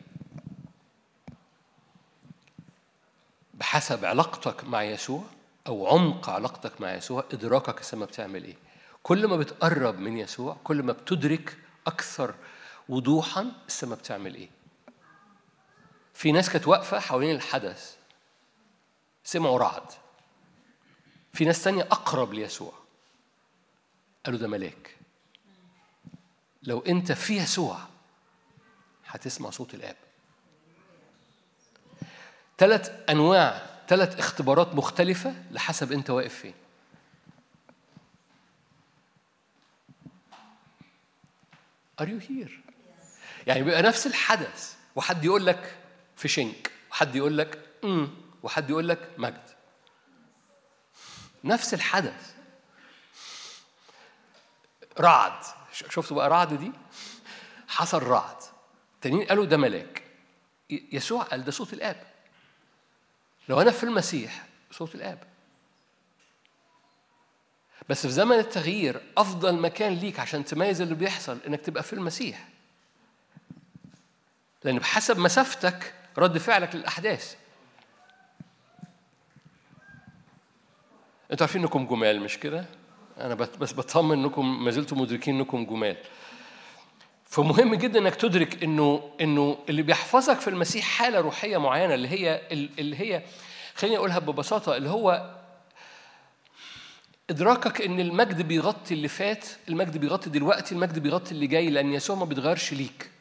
بحسب علاقتك مع يسوع أو عمق علاقتك مع يسوع إدراكك السماء بتعمل إيه. كل ما بتقرب من يسوع كل ما بتدرك أكثر وضوحا السماء بتعمل إيه. في ناس كانت واقفة حوالين الحدث سمعوا رعد. في ناس تانية أقرب ليسوع قالوا ده ملاك. لو أنت في يسوع هتسمع صوت الآب. 3 أنواع، 3 اختبارات مختلفة لحسب أنت واقف فين. Are you here؟ يعني بيبقى نفس الحدث، وحد يقول لك في شنك، وحد يقول لك وحد يقول لك مجد. نفس الحدث. رعد، شفتوا بقى رعد دي؟ حصل رعد. تانيين قالوا ده ملاك. يسوع قال ده صوت الآب. لو أنا في المسيح صوت الآب. بس في زمن التغيير أفضل مكان ليك عشان تميز اللي بيحصل إنك تبقى في المسيح، لأن بحسب مسافتك رد فعلك للأحداث. أنتوا عارفين إنكم جمال مش كده؟ أنا بس بطمن إنكم ما زلتوا مدركين إنكم جمال. فمهم جدا إنك تدرك إنه اللي بيحفظك في المسيح حالة روحية معينة، اللي هي خليني أقولها ببساطة، اللي هو إدراكك إن المجد بيغطي اللي فات، المجد بيغطي دلوقتي، المجد بيغطي اللي جاي، لأن يسوع ما بيتغيرش ليك.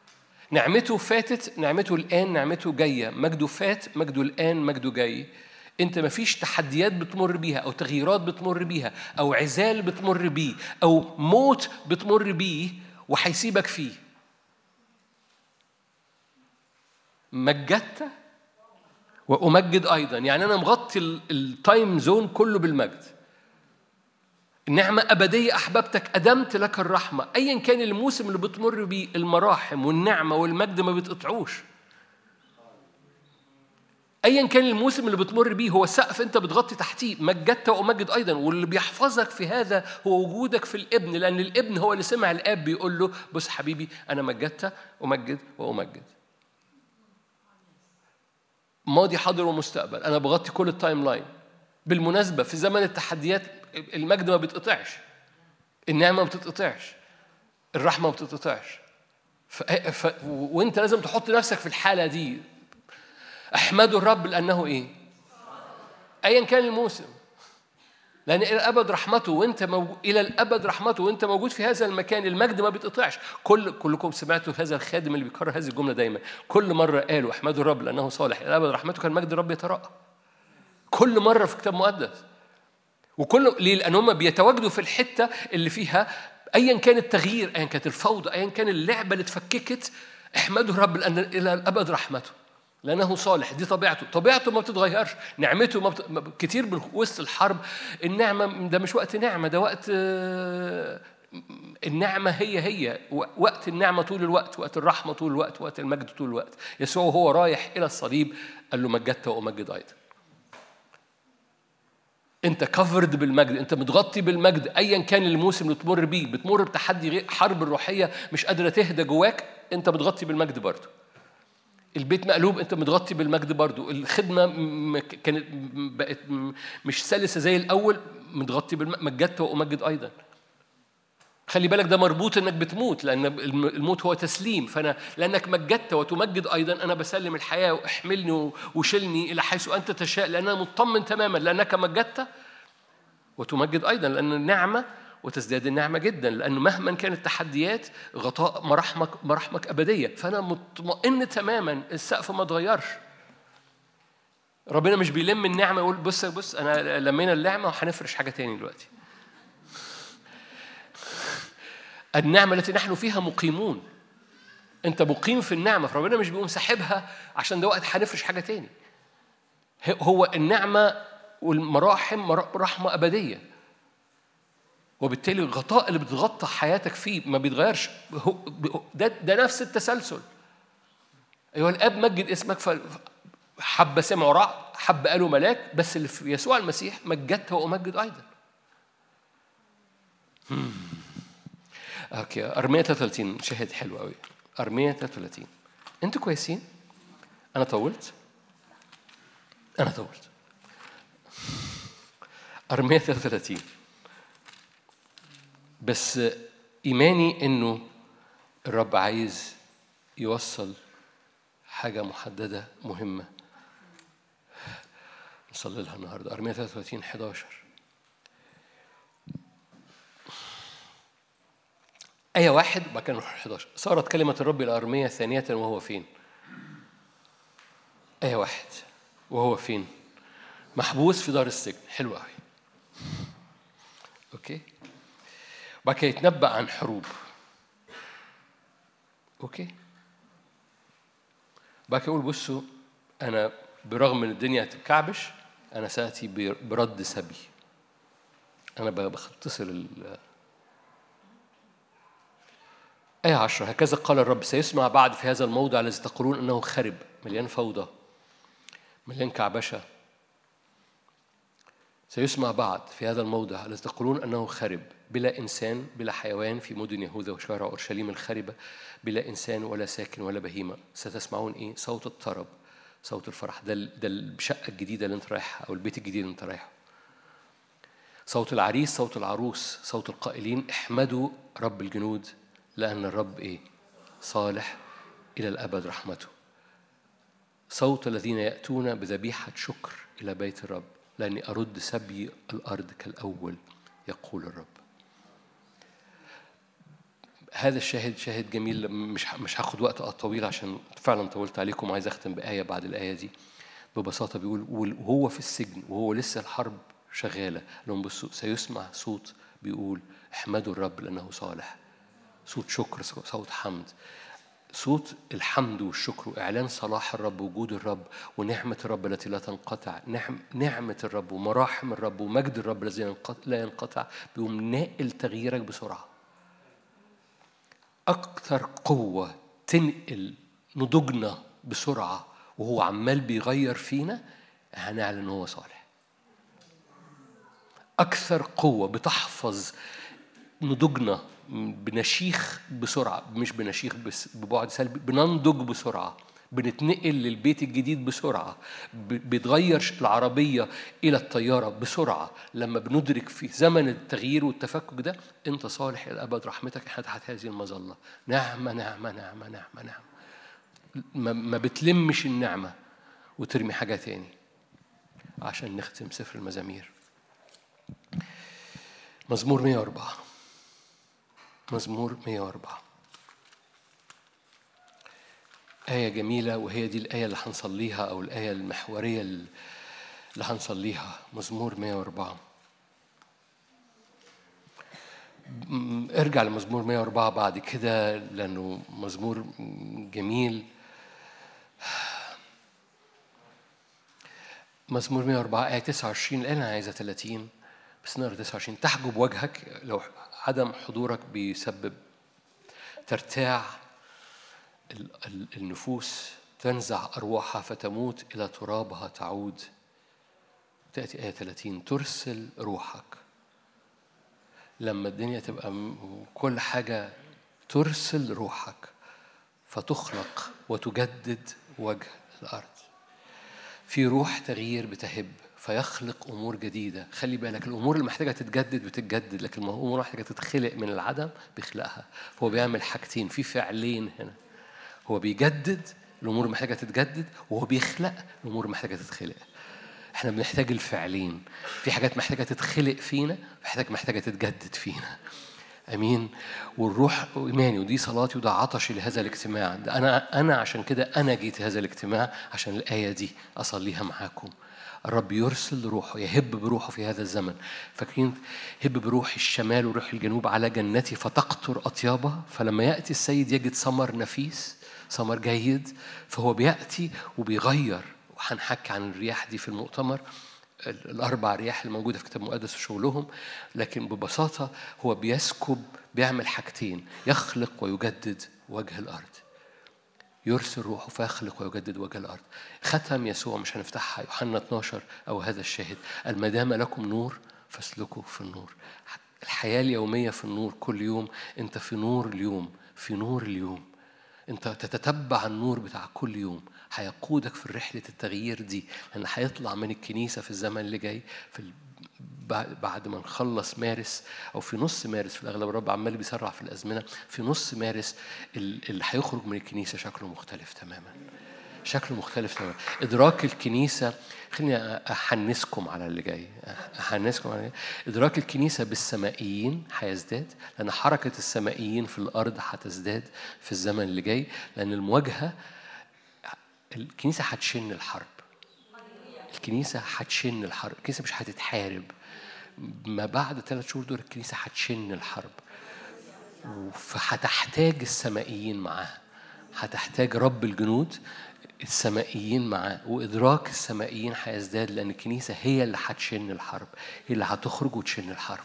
نعمته فاتت، نعمته الآن، نعمته جاية. مجده فات، مجده الآن، مجده جاي. أنت مفيش تحديات بتمر بيها أو تغييرات بتمر بيها أو عزال بتمر بيه أو موت بتمر بيه وهيسيبك فيه. مجدت وأمجد أيضا، يعني أنا مغطي التايم زون كله بالمجد. النعمة أبدية أحببتك أدمت لك الرحمة. أيا كان الموسم اللي بتمر بيه، المراحم والنعمة والمجد ما بتقطعوش. أيا كان الموسم اللي بتمر بيه، هو سقف أنت بتغطي تحتيه. مجدت وأمجد أيضا، واللي بيحفظك في هذا هو وجودك في الابن، لأن الابن هو اللي سمع الآب بيقول له بص حبيبي أنا مجدت أمجد وأمجد. ماضي حاضر ومستقبل، أنا بغطي كل التايم لاين. بالمناسبة في زمن التحديات المجد ما بيتقطعش، النعمة ما بتتقطعش، الرحمة ما بتتقطعش. وانت لازم تحط نفسك في الحالة دي. احمدوا الرب لأنه إيه؟ أيا كان الموسم، لأن إلى الأبد رحمته وأنت موجود، إلى الأبد رحمته وأنت موجود في هذا المكان. المجد ما بيتقطعش. كلكم سمعتوا هذا الخادم اللي بيكرر هذه الجملة دايما، كل مرة قالوا احمدوا الرب لأنه صالح، إلى الأبد رحمته، كان مجد الرب يتراءى كل مرة في كتاب مقدس. وكل ليه؟ لأن هم بيتواجدوا في الحتة اللي فيها أيا كان التغيير، أيا كانت الفوضى، أيا كان اللعبة اللي اتفككت، احمدوا الرب لأن إلى الأبد رحمته لأنه صالح. دي طبيعته ما بتتغيرش. نعمته كتير وسط الحرب. النعمة ده مش وقت نعمة، ده وقت النعمة هي وقت النعمة طول الوقت، وقت الرحمة طول الوقت، وقت المجد طول الوقت. يسوع وهو رايح إلى الصليب قال له مجدت وأمجد أيضا. أنت كفرد بالمجد، أنت متغطي بالمجد. أيا كان الموسم اللي تمر بيه، بتمر بتحدي حرب الروحية مش قادرة تهدى جواك، أنت متغطي بالمجد برضه. البيت مقلوب، أنت متغطي بالمجد برضه. الخدمة كانت بقت مش سلسة زي الأول، متغطي بالمجد وأمجد أيضا. خلي بالك ده مربوط إنك بتموت، لأن الموت هو تسليم. فأنا لأنك مجدت وتمجد أيضا، أنا بسلم الحياة واحملني وشلني إلى حيث أنت تشاء، لأن أنا مطمن تماما لأنك مجدت وتمجد أيضا، لأن النعمة وتزداد النعمة جدا، لأنه مهما كانت التحديات غطاء مراحمك أبدية. فأنا مطمئن تماما السقف ما اتغيرش. ربنا مش بيلم النعمة يقول بص أنا لمينا النعمة وهنفرش حاجة تاني دلوقتي. النعمة التي نحن فيها مقيمون، أنت مقيم في النعمة، فربنا مش بيقوم ساحبها عشان ده وقت هنفرش حاجة تاني. هو النعمة والمراحم رحمة أبدية، وبالتالي الغطاء اللي بتغطى حياتك فيه ما بيتغيرش. ده نفس التسلسل. أيها الأب مجد اسمك، حب سمعوا رعد، حب قالوا ملاك، بس اللي في يسوع المسيح مجدت وأمجد أيضا. أوكي، أرمية 33 شاهد حلو قوي. أرمية 33. أنتوا كويسين؟ أنا طولت. أرمية 33. بس إيماني إنه الرب عايز يوصل حاجة محددة مهمة نصلي لها النهاردة. أرمية 33 11 آية 1 وبعد كده نروح 11. صارت كلمة الرب إلى أرمية ثانية وهو فين؟ آية 1 وهو فين؟ محبوس في دار السجن. حلو قوي. أوكي. وبعد كده يتنبأ عن حروب. أوكي. بعد كده يقول بصوا أنا برغم إن الدنيا هتتكعبش أنا سأتي برد سبي. أنا بختصر آية 10. هكذا قال الرب سيسمع بعد في هذا الموضع الذي تقولون أنه خرب، مليان فوضى، مليان كعبشة. سيسمع بعد في هذا الموضع الذي تقولون أنه خرب، بلا إنسان بلا حيوان في مدن يهوذا وشوارع أورشليم الخربة، بلا إنسان ولا ساكن ولا بهيمة. ستسمعون إيه؟ صوت الطرب، صوت الفرح. ده الشقة الجديدة اللي أنت رايحها أو البيت الجديد اللي أنت رايحه. صوت العريس، صوت العروس، صوت القائلين احمدوا رب الجنود لأن الرب إيه؟ صالح إلى الأبد رحمته. صوت الذين يأتون بذبيحة شكر إلى بيت الرب لأني أرد سبي الأرض كالأول يقول الرب. هذا الشاهد شاهد جميل. مش هاخد وقت طويل عشان فعلا طولت عليكم. عايز أختم بآية بعد الآية دي. ببساطة بيقول وهو في السجن وهو لسه الحرب شغالة لهم بصوا سيسمع صوت بيقول احمدوا الرب لأنه صالح. صوت شكر، صوت حمد، صوت الحمد والشكر وإعلان صلاح الرب ووجود الرب ونعمة الرب التي لا تنقطع. نعمة الرب ومراحم الرب ومجد الرب الذي لا ينقطع بيقوم ناقل تغييرك بسرعة. أكثر قوة تنقل نضوجنا بسرعة وهو عمال بيغير فينا، هنعلن إن هو صالح. أكثر قوة بتحفظ نضوجنا، بنشيخ بسرعة، مش بنشيخ بس ببعد سلبي، بننضج بسرعة، بنتنقل للبيت الجديد بسرعة، بتغير العربية إلى الطيارة بسرعة. لما بندرك في زمن التغيير والتفكك ده أنت صالح إلى الأبد، رحمتك إحنا تحت هذه المظلة. نعمة نعمة نعمة نعمة نعمة. ما بتلمش النعمة وترمي حاجة تاني. عشان نختم سفر المزامير، مزمور 104. مزمور 104 آية جميلة، وهي دي الآية اللي هنصليها أو الآية المحورية اللي هنصليها. مزمور 104. ارجع لمزمور 104 بعد كده لأنه مزمور جميل. مزمور 104 آية 29. الآية أنا عايزة 30 بس نقرأ 29. تحجب وجهك، لو عدم حضورك بيسبب ترتاع النفوس، تنزع أرواحها فتموت إلى ترابها تعود. تأتي آية 30 ترسل روحك. لما الدنيا تبقى كل حاجة ترسل روحك فتخلق وتجدد وجه الأرض. في روح تغيير بتهب فيخلق أمور جديدة. خلي بالك الأمور اللي محتاجة تتجدد بتتجدد، لكن الأمور اللي محتاجة تتخلق من العدم بيخلقها. هو بيعمل حاجتين، في فعلين هنا. هو بيجدد الأمور اللي محتاجة تتجدد، وهو بيخلق الأمور اللي محتاجة تتخلق. احنا بنحتاج الفعلين. في حاجات محتاجة تتخلق فينا، في حاجات محتاجة تتجدد فينا. أمين. والروح إيماني، ودي صلاتي وده عطشي لهذا الاجتماع ده. أنا عشان كده أنا جيت هذا الاجتماع عشان الآية دي أصليها معاكم. الرب يرسل روحه، يهب بروحه في هذا الزمن. فاكرين هب بروح الشمال وروح الجنوب على جنتي فتقطر أطيابها. فلما يأتي السيد يجد ثمر نفيس، ثمر جيد، فهو بيأتي وبيغير. وهنحكي عن الرياح دي في المؤتمر، الأربع رياح الموجودة في الكتاب المقدس وشغلهم. لكن ببساطة هو بيسكب، بيعمل حاجتين: يخلق ويجدد وجه الأرض. يرسل روحه فيخلق ويجدد وجه الأرض. ختم يسوع، مش هنفتحها، يوحنا 12 أو هذا الشاهد: ما دام لكم نور فاسلكوا في النور. الحياة اليومية في النور كل يوم. أنت في نور اليوم، في نور اليوم. أنت تتتبع النور بتاع كل يوم، هيقودك في رحلة التغيير دي. لأن هيطلع من الكنيسة في الزمن اللي جاي، بعد ما نخلص مارس أو في نص مارس في الأغلب، الرب عمال بيسرع في الأزمنة. في نص مارس اللي هيخرج من الكنيسة شكله مختلف تماما، شكله مختلف تماما. إدراك الكنيسة، خليني أحنسكم على اللي جاي، أحنسكم على اللي جاي. إدراك الكنيسة بالسمائيين هيزداد، لأن حركة السمائيين في الأرض هتزداد في الزمن اللي جاي. لأن المواجهة، الكنيسة هتشن الحرب. الكنيسة هتشن الحرب. الكنيسة مش هتتحارب. ما بعد 3 شهور دول الكنيسة هتشن الحرب، فهتحتاج السمائيين معاها. هتحتاج رب الجنود السمائيين معاه، وإدراك السمائيين هيزداد. لأن الكنيسة هي اللي هتشن الحرب، هي اللي هتخرج وتشن الحرب.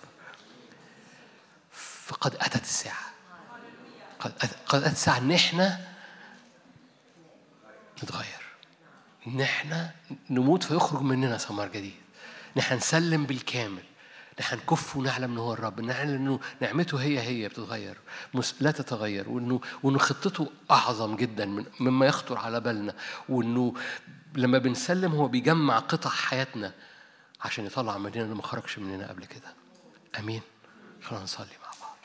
فقد أتت الساعة، قد أتت الساعة إن إحنا نتغير، إن إحنا نموت فيخرج مننا ثمر جديد، إن إحنا نسلم بالكامل، نحن نكف ونعلم إنه هو الرب، نعلم إنه نعمته هي بتتغير لا تتغير، وإنه خطته أعظم جدا مما يخطر على بالنا، وإنه لما بنسلم هو بيجمع قطع حياتنا عشان يطلع مننا اللي ما خرجش مننا قبل كده. أمين. خلينا نصلي مع بعض.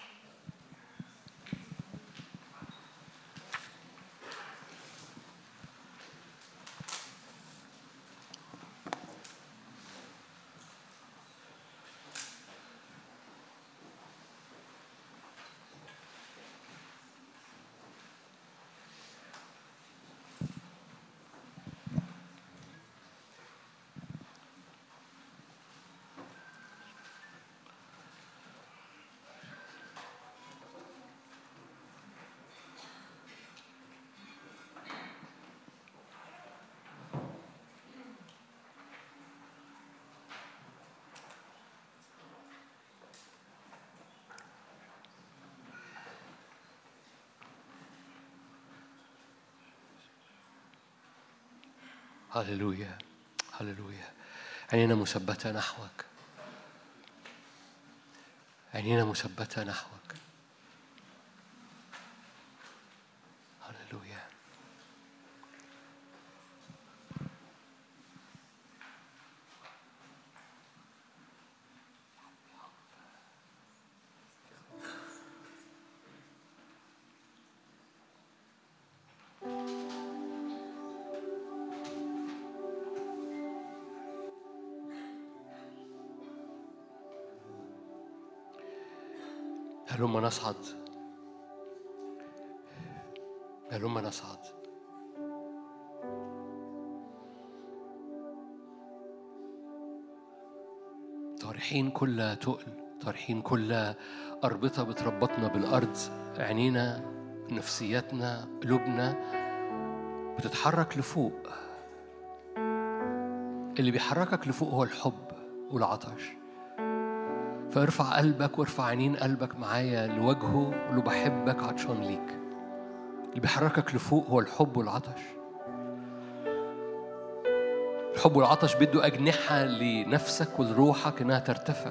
هللويا هللويا. عينينا مثبتة نحوك، عينينا مثبتة نحوك. هللويا. هلما نصعد، هلما نصعد. طارحين كل تقل، طارحين كل أربطة بتربطنا بالأرض. عينينا، نفسيتنا، قلوبنا بتتحرك لفوق. اللي بيحركك لفوق هو الحب والعطش. فارفع قلبك وارفع عينين قلبك معايا لوجهه، ولو بحبك عطشان ليك. اللي بيحركك لفوق هو الحب والعطش. الحب والعطش بيدوا أجنحة لنفسك ولروحك إنها ترتفع.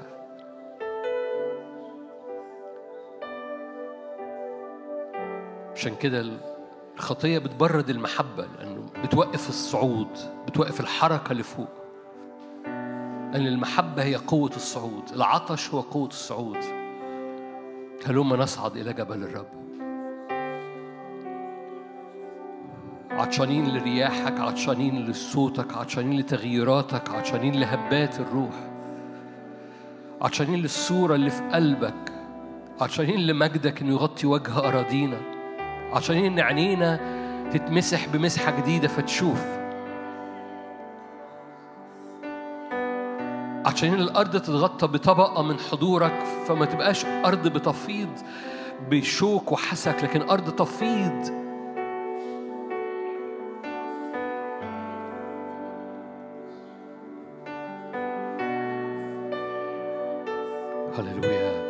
عشان كده الخطية بتبرد المحبة، لأنه بتوقف الصعود، بتوقف الحركة لفوق. لأن المحبة هي قوة الصعود، العطش هو قوة الصعود. هلما نصعد إلى جبل الرب. عطشانين لرياحك، عطشانين لصوتك، عطشانين لتغييراتك، عطشانين لهبات الروح، عطشانين للصورة اللي في قلبك، عطشانين لمجدك إنه يغطي وجه أراضينا، عطشانين إن عينينا تتمسح بمسحة جديدة فتشوف، عشان الأرض تتغطى بطبقة من حضورك، فما تبقاش أرض بتفيض بشوك وحسك، لكن أرض تفيض هللويا.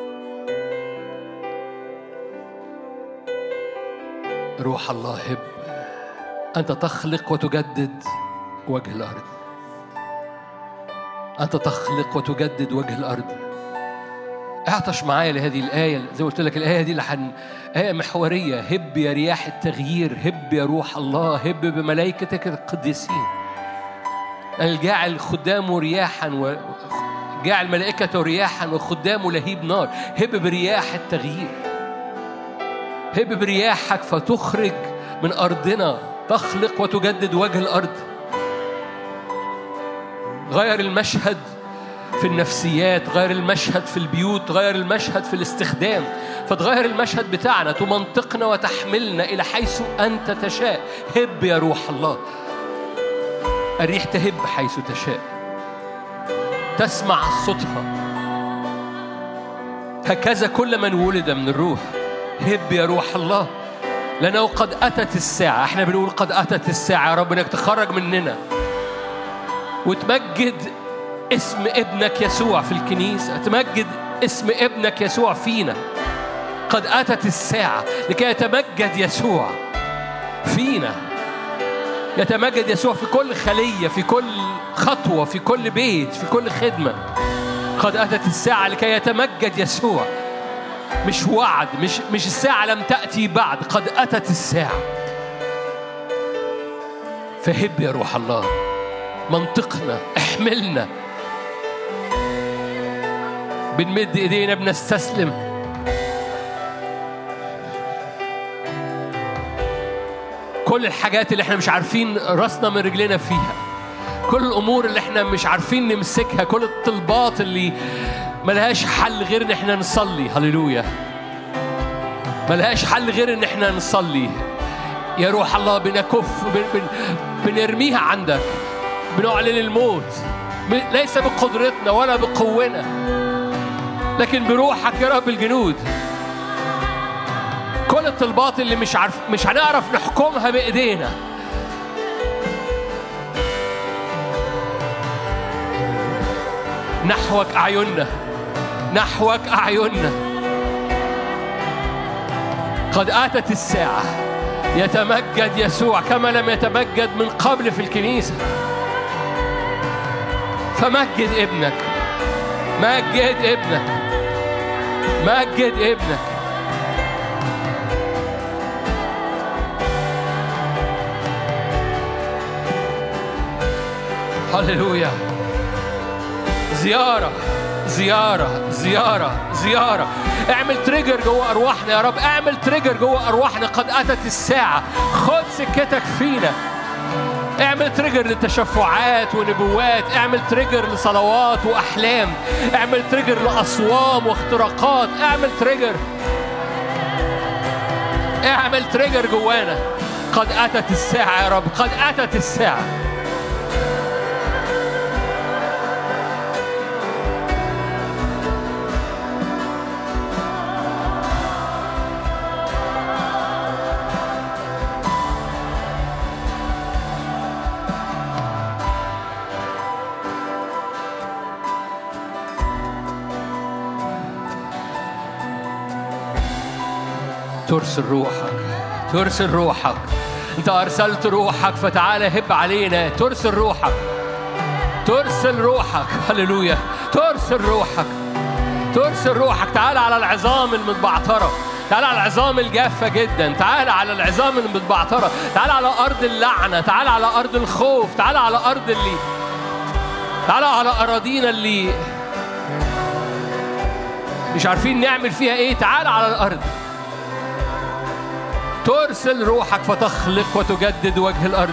روح الله هب، أنت تخلق وتجدد وجه الأرض، أنت تخلق وتجدد وجه الأرض. اعطش معايا لهذه الآية. زي ما قلت لك الآية دي آية محورية. هب يا رياح التغيير، هب يا روح الله، هب بملائكتك القديسين. الجاعل خدامه رياحا وجاعل ملائكته رياحا وخدامه لهيب نار. هب برياح التغيير، هب برياحك فتخرج من أرضنا، تخلق وتجدد وجه الأرض. غير المشهد في النفسيات، غير المشهد في البيوت، غير المشهد في الاستخدام، فتغير المشهد بتاعنا، تمنطقنا وتحملنا إلى حيث أنت تشاء. هب يا روح الله. الريح تهب حيث تشاء، تسمع صوتها. هكذا كل من ولد من الروح. هب يا روح الله، لأنه قد أتت الساعة. احنا بنقول قد أتت الساعة يا رب إنك تخرج مننا وتمجد اسم ابنك يسوع في الكنيسة، تمجد اسم ابنك يسوع فينا. قد أتت الساعة لكي يتمجد يسوع فينا، يتمجد يسوع في كل خلية، في كل خطوة، في كل بيت، في كل خدمة. قد أتت الساعة لكي يتمجد يسوع. مش وعد، مش الساعة لم تأتي بعد، قد أتت الساعة. فهب يا روح الله، منطقنا، احملنا. بنمد ايدينا، بنستسلم. كل الحاجات اللي احنا مش عارفين راسنا من رجلنا فيها، كل الامور اللي احنا مش عارفين نمسكها، كل الطلبات اللي ملهاش حل غير ان احنا نصلي. هللويا. ملهاش حل غير ان احنا نصلي. يا روح الله بنكف، بنرميها عندك، بنعلن الموت، ليس بقدرتنا ولا بقونا، لكن بروحك يا رب الجنود. كل الطلبات اللي مش هنعرف نحكمها بإيدينا، نحوك أعيننا، نحوك أعيننا. قد أتت الساعة يتمجد يسوع كما لم يتمجد من قبل في الكنيسة. فمجد ابنك، مجد ابنك، مجد ابنك. هللويا. زيارة زيارة زيارة زيارة. اعمل تريجر جوه أرواحنا يا رب، اعمل تريجر جوه أرواحنا. قد أتت الساعة، خد سكتك فينا. اعمل تريجر للتشفعات ونبوات، اعمل تريجر لصلوات وأحلام، اعمل تريجر لأصوام واختراقات، اعمل تريجر، اعمل تريجر جوانا. قد أتت الساعة يا رب، قد أتت الساعة. ترسل روحك، ترسل روحك. انت ارسلت روحك فتعالى هب علينا. ترسل روحك، ترسل روحك. هللويا. ترسل روحك، ترسل روحك. تعالى على العظام المتبعترة، تعالى على العظام الجافة جدا، تعالى على العظام المتبعترة، تعالى على أرض اللعنة، تعالى على أرض الخوف، تعالى على أرض تعالى على أراضينا اللي مش عارفين نعمل فيها إيه. تعالى على الأرض. ترسل روحك فتخلق وتجدد وجه الأرض.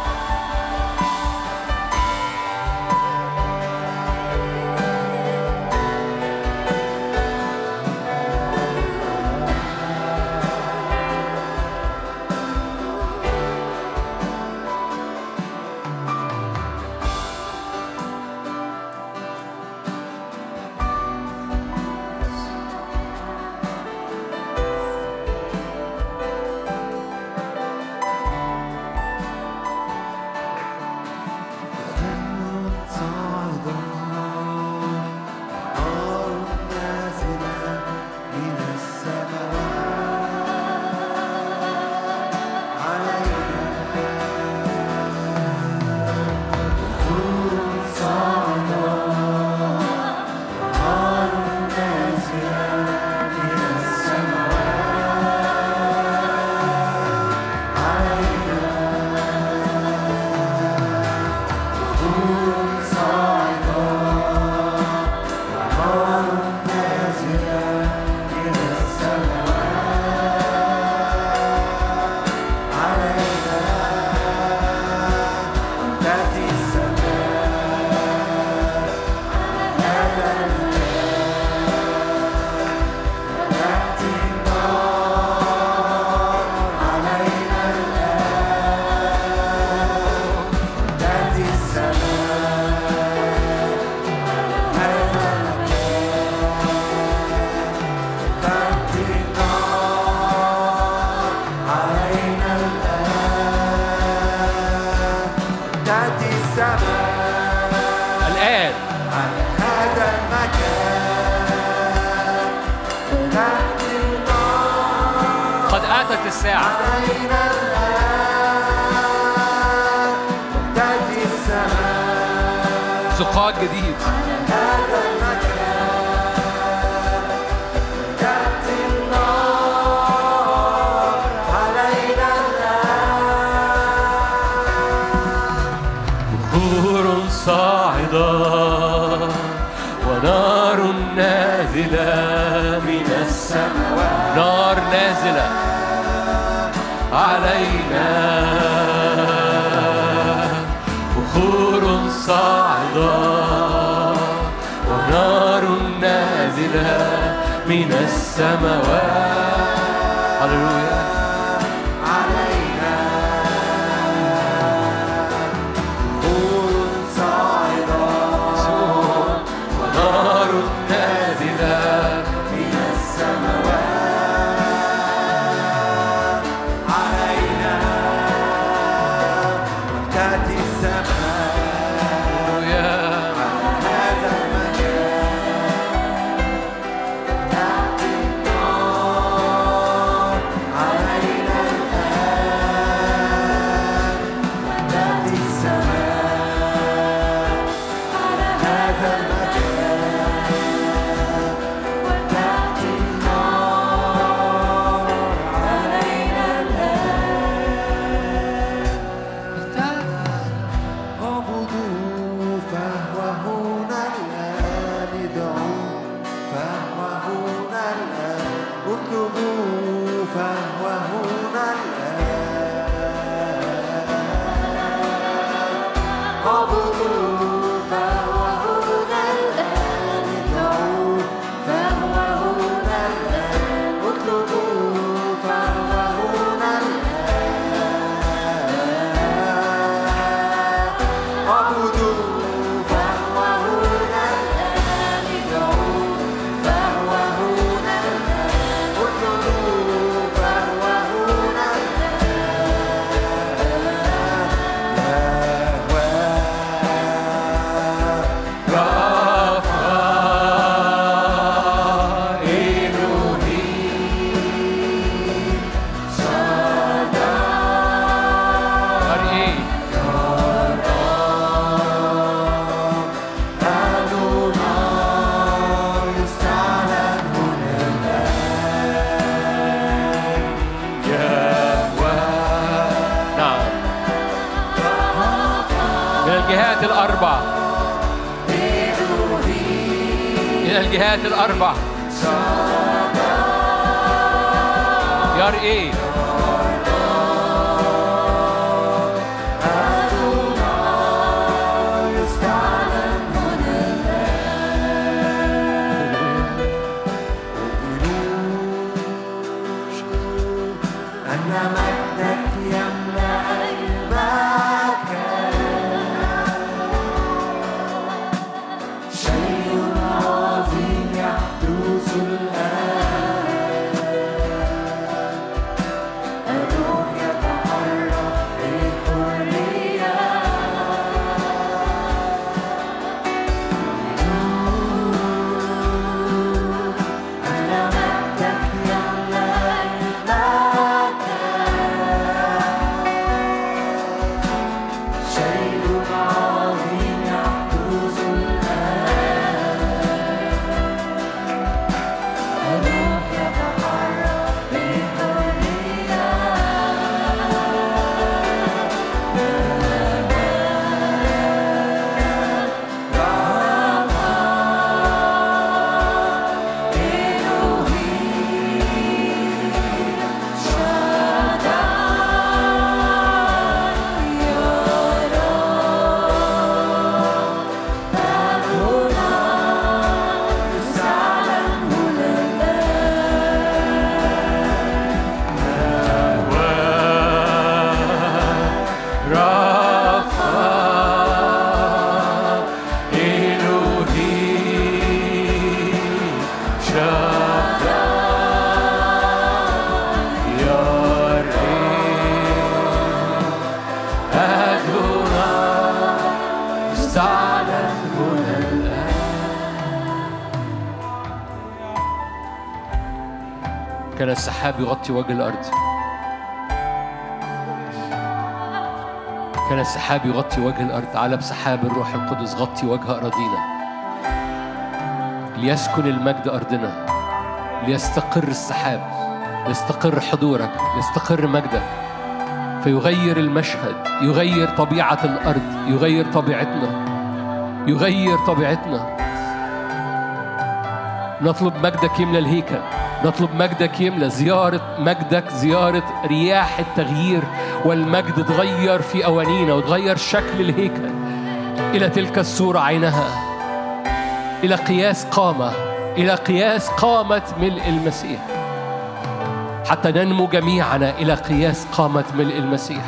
من السماوات. هللويا. علينا نور صاعدة ونار نازلة من السماوات. علينا تأتي السماء. هللويا. اطلبوا فهو هنا الآن اعبدوا فهو هنا الآن ادعوا فهو هنا الآن اطلبوا فهو هنا الآن اعبدوا فهو هنا الآن ادعوا فهو هنا الآن اطلبوا فهو هنا الجهات الأربع يرئي كان السحاب يغطي وجه الأرض. كان السحاب يغطي وجه الأرض. على بسحاب الروح القدس غطي وجه أراضينا ليسكن المجد أرضنا، ليستقر السحاب، ليستقر حضورك، ليستقر مجدك، فيغير المشهد، يغير طبيعة الأرض، يغير طبيعتنا، يغير طبيعتنا. نطلب مجدك يملى الهيكل، نطلب مجدك يملى، زيارة مجدك، زيارة رياح التغيير والمجد تغير في أوانينا وتغير شكل الهيكل إلى تلك الصورة عينها، إلى قياس قامة، إلى قياس قامة ملء المسيح، حتى ننمو جميعنا إلى قياس قامة ملء المسيح.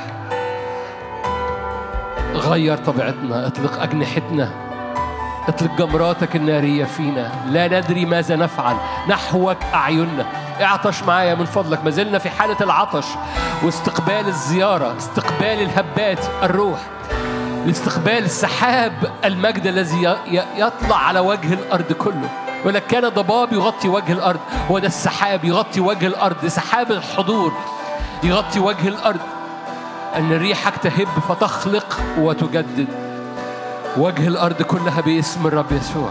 غير طبيعتنا، اطلق أجنحتنا، اطلق جمراتك النارية فينا، لا ندري ماذا نفعل، نحوك أعيننا. اعطش معايا من فضلك، ما زلنا في حالة العطش واستقبال الزيارة، استقبال الهبات الروح، لاستقبال سحاب المجد الذي يطلع على وجه الأرض كله. ولكن كان ضباب يغطي وجه الأرض، هو ده السحاب يغطي وجه الأرض، سحاب الحضور يغطي وجه الأرض، أن ريحك تهب فتخلق وتجدد وجه الأرض كلها باسم الرب يسوع.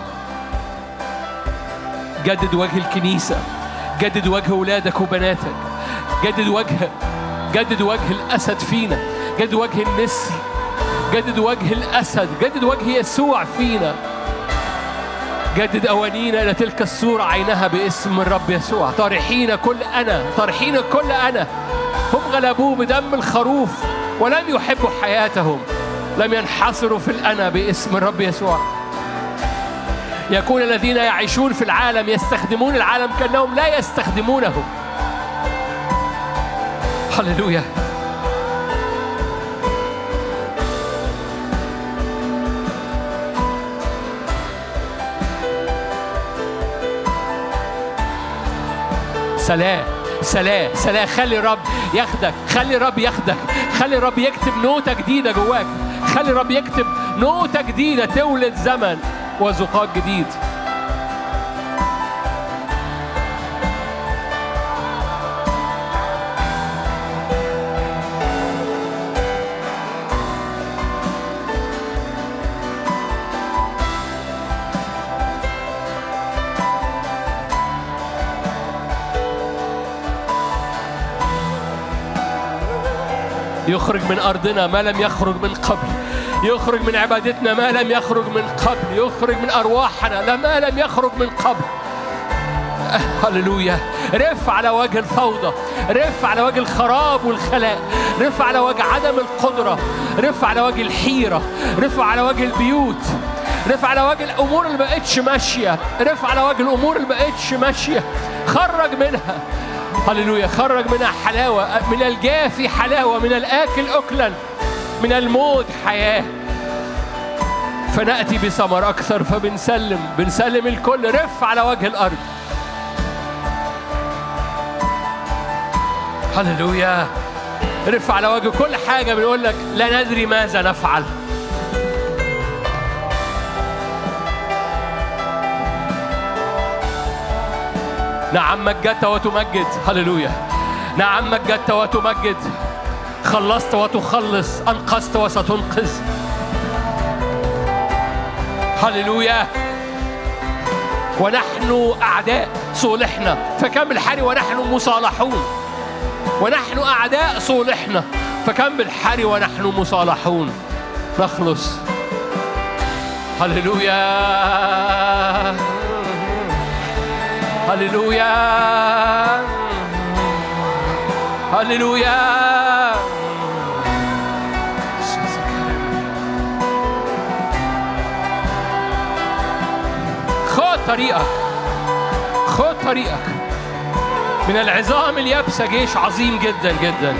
جدد وجه الكنيسة، جدد وجه أولادك وبناتك، جدد وجه الأسد فينا، جدد وجه النسر، جدد وجه الأسد، جدد وجه يسوع فينا. جدد أوانينا إلى تلك الصورة عينها باسم الرب يسوع. طارحين كل أنا، طارحين كل أنا. هم غلبوه بدم الخروف ولم يحبوا حياتهم، لم ينحصروا في الأنا باسم الرب يسوع. يكون الذين يعيشون في العالم يستخدمون العالم كأنهم لا يستخدمونه. هللويا. سلام سلام سلام. خلي الرب ياخدك، خلي الرب ياخدك، خلي الرب يكتب نوتة جديدة جواك، خلي الرب يكتب نوتة جديدة تولد زمن وزقاق جديد. يخرج من أرضنا ما لم يخرج من قبل، يخرج من عبادتنا ما لم يخرج من قبل، يخرج من أرواحنا ما لم يخرج من قبل. هللويا. رف على وجه الفوضى، رف على وجه الخراب والخلاء، رف على وجه عدم القدرة، رف على وجه الحيرة، رف على وجه البيوت، رف على وجه الأمور اللي بقتش ماشية، رف على وجه الأمور اللي بقتش ماشية. خرج منها. هللويا. خرج منها حلاوة، من الجافي حلاوة، من الآكل أكلا، من الموت حياة. فنأتي بثمر أكثر، بنسلم الكل. رف على وجه الأرض. هللويا. رف على وجه كل حاجة بنقول لك لا ندري ماذا نفعل. نعم مجدت وتمجد. هللويا. نعم مجدت وتمجد. خلصت وتخلص، أنقذت وستنقذ. هللويا. ونحن أعداء صلحنا، فكم بالحري ونحن مصالحون. ونحن أعداء صلحنا، فكم بالحري ونحن مصالحون. نخلص. هللويا. هللويا. هللويا. خذ طريقك، خذ طريقك. من العظام اليابسة جيش عظيم جدا جدا.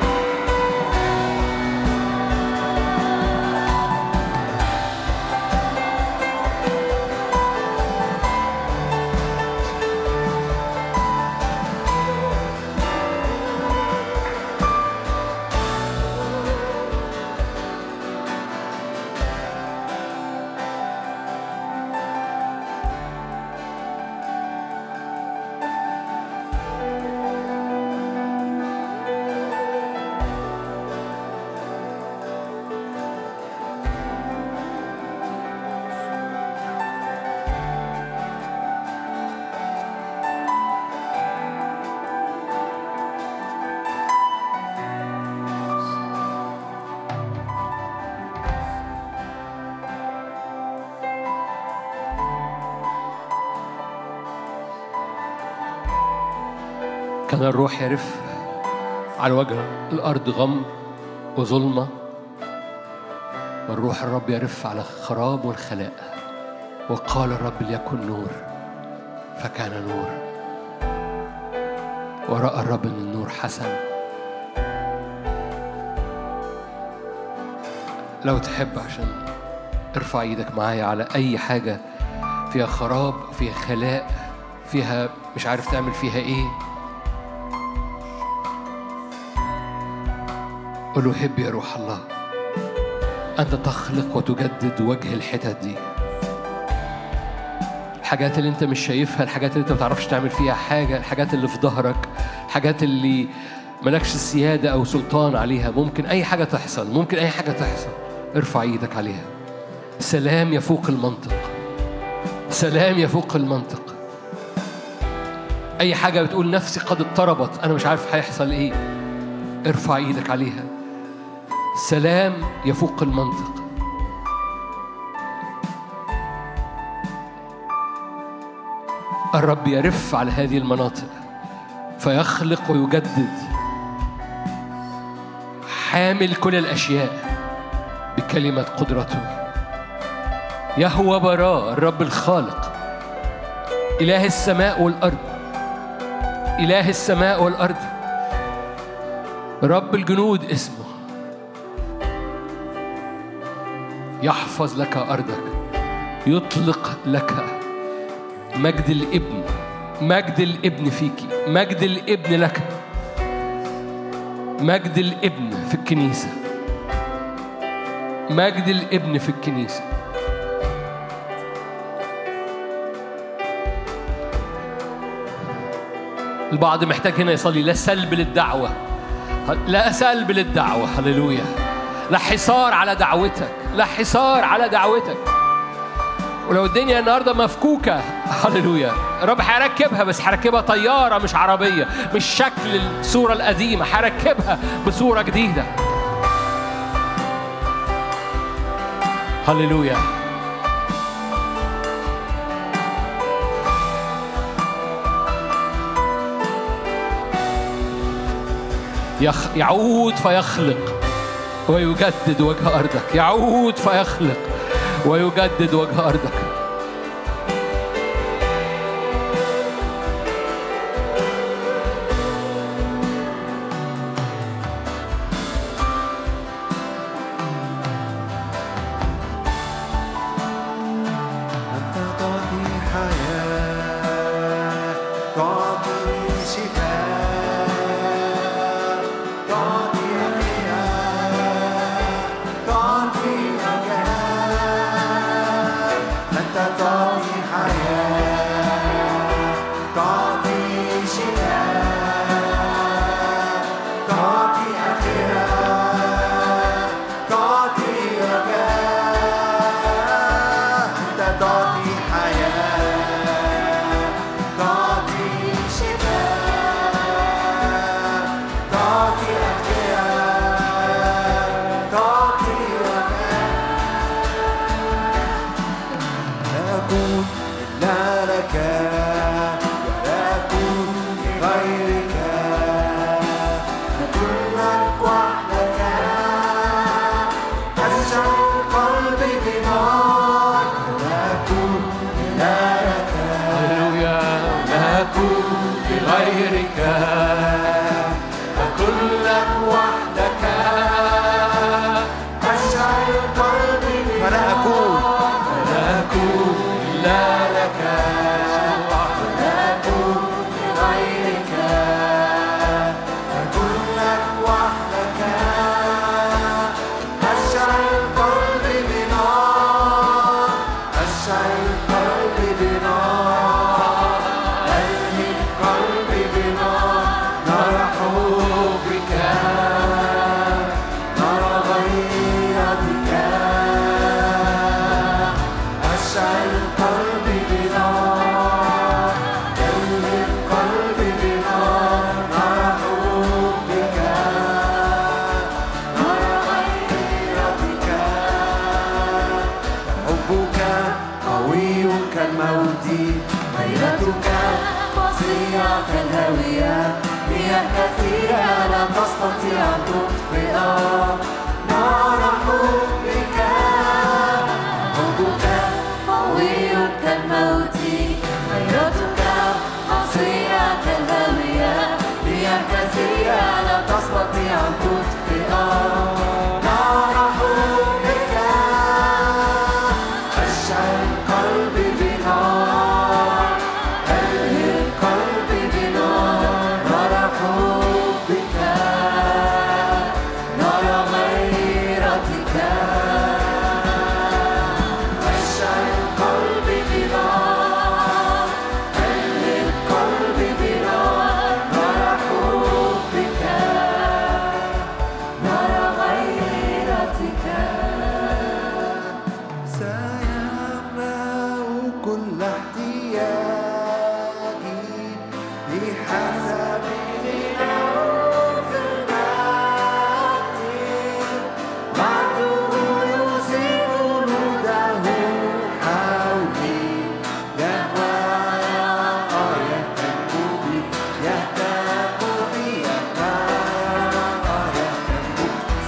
كان الروح يرف على وجه الأرض غم وظلمة، والروح الرب يرف على الخراب والخلاء. وقال الرب ليكن نور، فكان نور. ورأى الرب أن النور حسن. لو تحب عشان ارفع ايدك معايا على أي حاجة فيها خراب، فيها خلاء، فيها مش عارف تعمل فيها ايه. قل له هب يا روح الله، أنت تخلق وتجدد وجه الحتت دي. الحاجات اللي أنت مش شايفها، الحاجات اللي أنت ما بتعرفش تعمل فيها حاجة، الحاجات اللي في ظهرك، الحاجات اللي ملكش سيادة أو سلطان عليها. ممكن أي حاجة تحصل، ممكن أي حاجة تحصل. ارفع ايدك عليها. سلام يفوق المنطق، سلام يفوق المنطق. أي حاجة بتقول نفسي قد اضطربت، أنا مش عارف هيحصل إيه، ارفع ايدك عليها. سلام يفوق المنطق. الرب يرف على هذه المناطق فيخلق ويجدد، حامل كل الأشياء بكلمة قدرته. يهوه براء، الرب الخالق، إله السماء والأرض، إله السماء والأرض، رب الجنود اسمه. يحفظ لك أرضك، يطلق لك مجد الابن، مجد الابن فيك، مجد الابن لك، مجد الابن في الكنيسة، مجد الابن في الكنيسة. البعض محتاج هنا يصلي لا سلب للدعوة، لا سلب للدعوة، هللويا، لا حصار على دعوتك، لا حصار على دعوتك. ولو الدنيا النهاردة مفكوكة، هللويا، الرب هيركبها، بس هيركبها طيارة مش عربية، مش شكل الصورة القديمة، هيركبها بصورة جديدة. هللويا. يعود فيخلق ويجدد وجه أرضك، يعود فيخلق ويجدد وجه أرضك.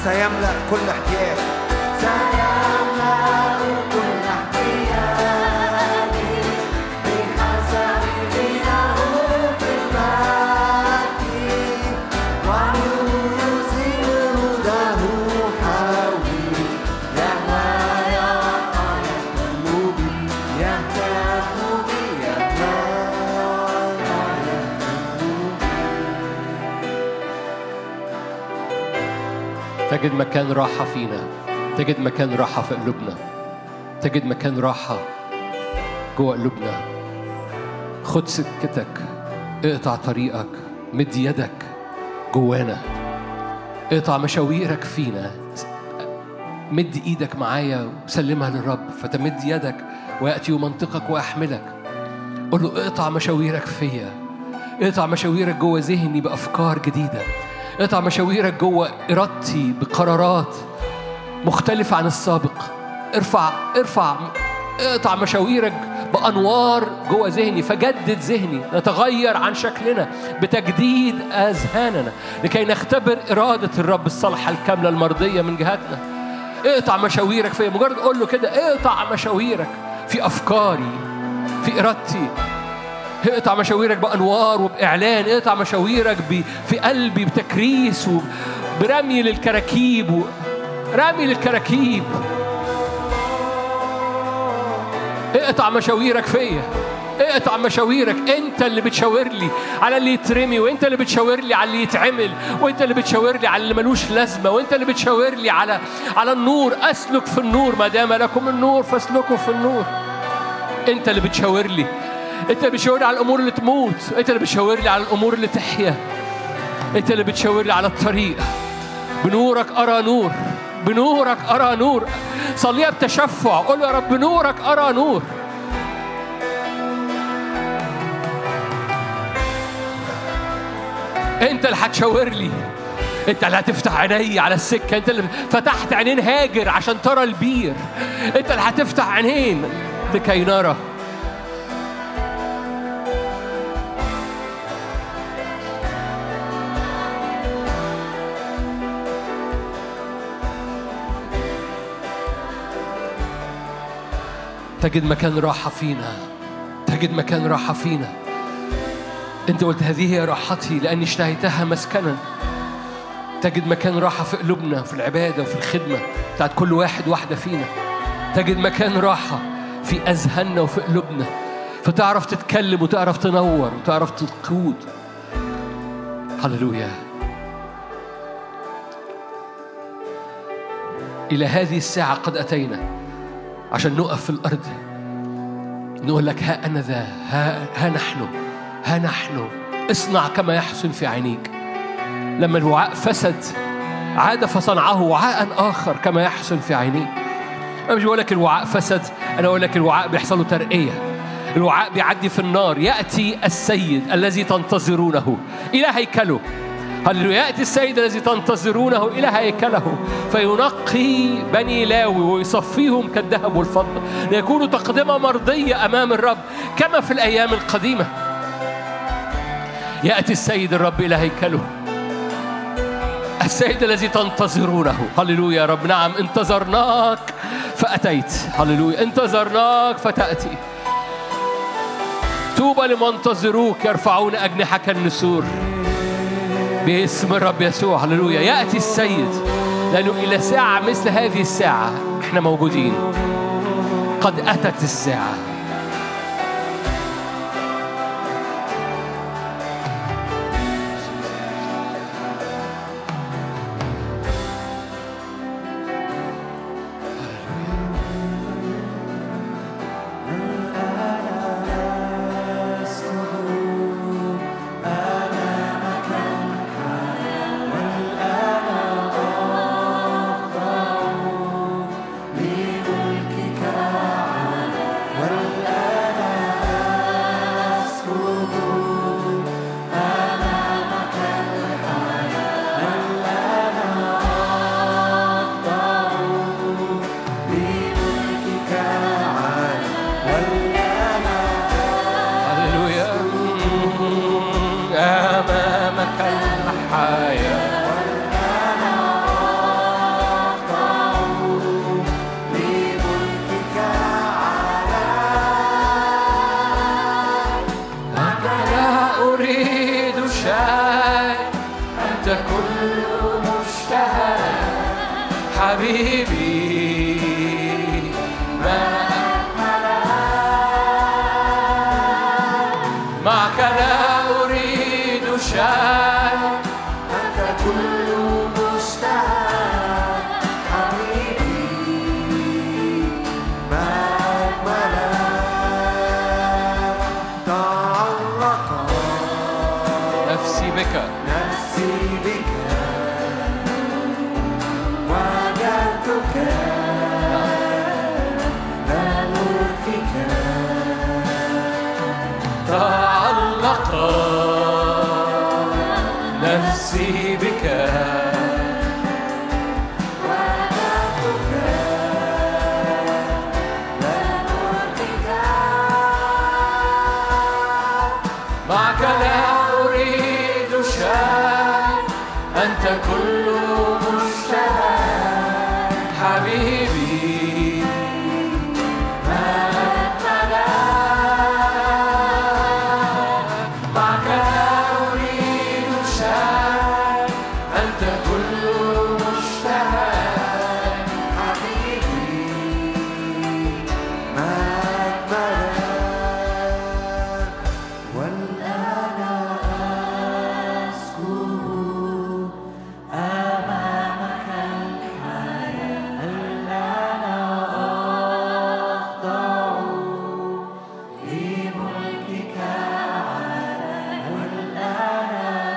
سيملأ كل احتياج. تجد مكان راحة فينا، تجد مكان راحة في قلوبنا، تجد مكان راحة جوه قلوبنا. خد سكتك، اقطع طريقك، مد يدك جوانا، اقطع مشاويرك فينا، مد ايدك معايا وسلمها للرب. فتمد يدك ويأتي ومنطقك ويحملك. قل له اقطع مشاويرك فيا، اقطع مشاويرك جوه ذهني بأفكار جديدة، اقطع مشاويرك جوه إرادتي بقرارات مختلفة عن السابق. اقطع مشاويرك بأنوار جوه ذهني، فجدد ذهني. نتغير عن شكلنا بتجديد أذهاننا لكي نختبر إرادة الرب الصالحة الكاملة المرضية من جهتنا. اقطع مشاويرك فيا، مجرد قول له كده، اقطع مشاويرك في أفكاري، في إرادتي. اقطع مشاويرك بأنوار وبإعلان، اقطع مشاويرك في قلبي بتكريس وبرمي للكراكيب رمي للكراكيب. اقطع مشاويرك فيا، اقطع مشاويرك. انت اللي بتشاور لي على اللي يترمي، وانت اللي بتشاور لي على اللي يتعمل، وانت اللي بتشاور لي على اللي ملوش لازمه، وانت اللي بتشاور لي على النور. اسلك في النور، ما دام لكم النور فاسلكوا في النور. انت اللي بتشاور لي، انت اللي بتشاور لي على الامور اللي تموت، انت اللي بتشاور لي على الامور اللي تحيا، انت اللي بتشاور لي على الطريق. بنورك ارى نور، بنورك ارى نور. صليها بتشفع، قول يا رب بنورك ارى نور. انت اللي هتشاور لي، انت اللي هتفتح عيني على السكه، انت اللي فتحت عينين هاجر عشان ترى البير، انت اللي هتفتح عينين لكي نرى. تجد مكان راحة فينا، تجد مكان راحة فينا. أنت قلت هذه هي راحتي لأني اشتهيتها مسكنا. تجد مكان راحة في قلوبنا، في العبادة وفي الخدمة بتاعت كل واحد واحدة فينا. تجد مكان راحة في أذهاننا وفي قلوبنا، فتعرف تتكلم وتعرف تنور وتعرف تقود. هللويا. إلى هذه الساعة قد أتينا عشان نقف في الأرض نقول لك ها أنا ذا، ها نحن اصنع كما يحسن في عينيك. لما الوعاء فسد عاد فصنعه وعاء آخر كما يحسن في عينيك. أنا مش بقول لك الوعاء فسد، أنا أقول لك الوعاء بيحصل له ترقية. الوعاء بيعدي في النار. يأتي السيد الذي تنتظرونه إلى هيكله. هللويا. يأتي السيد الذي تنتظرونه إلى هيكله فينقي بني لاوي ويصفيهم كالذهب والفضة ليكونوا تقدمة مرضية أمام الرب كما في الأيام القديمة. يأتي السيد الرب إلى هيكله، السيد الذي تنتظرونه. هللويا يا رب. نعم انتظرناك فأتيت. هللويا. انتظرناك فتأتي. طوبى لمنتظروك يرفعون أجنحة كالنسور باسم الرب يسوع. هللويا. يأتي السيد لأنه إلى ساعة مثل هذه الساعة إحنا موجودين. قد أتت الساعة. شيء أنت كل مشتهى حبيبي ما معك لا أريد شيء أنت كل مشتهى حبيبي ما أجملك تعلق نفسي بك نفسي بك وجدتك لا نرفك تعلق نفسي بك وجدتك لا نرفك معك لا أريد شيء أنت كل مشتهى حبيبي ما أجملك معك لا أريد شيء أنت كل مشتهى حبيبي ما أجملك والآن أسكن أمامك الحياة الآن أخضع لملكك والآن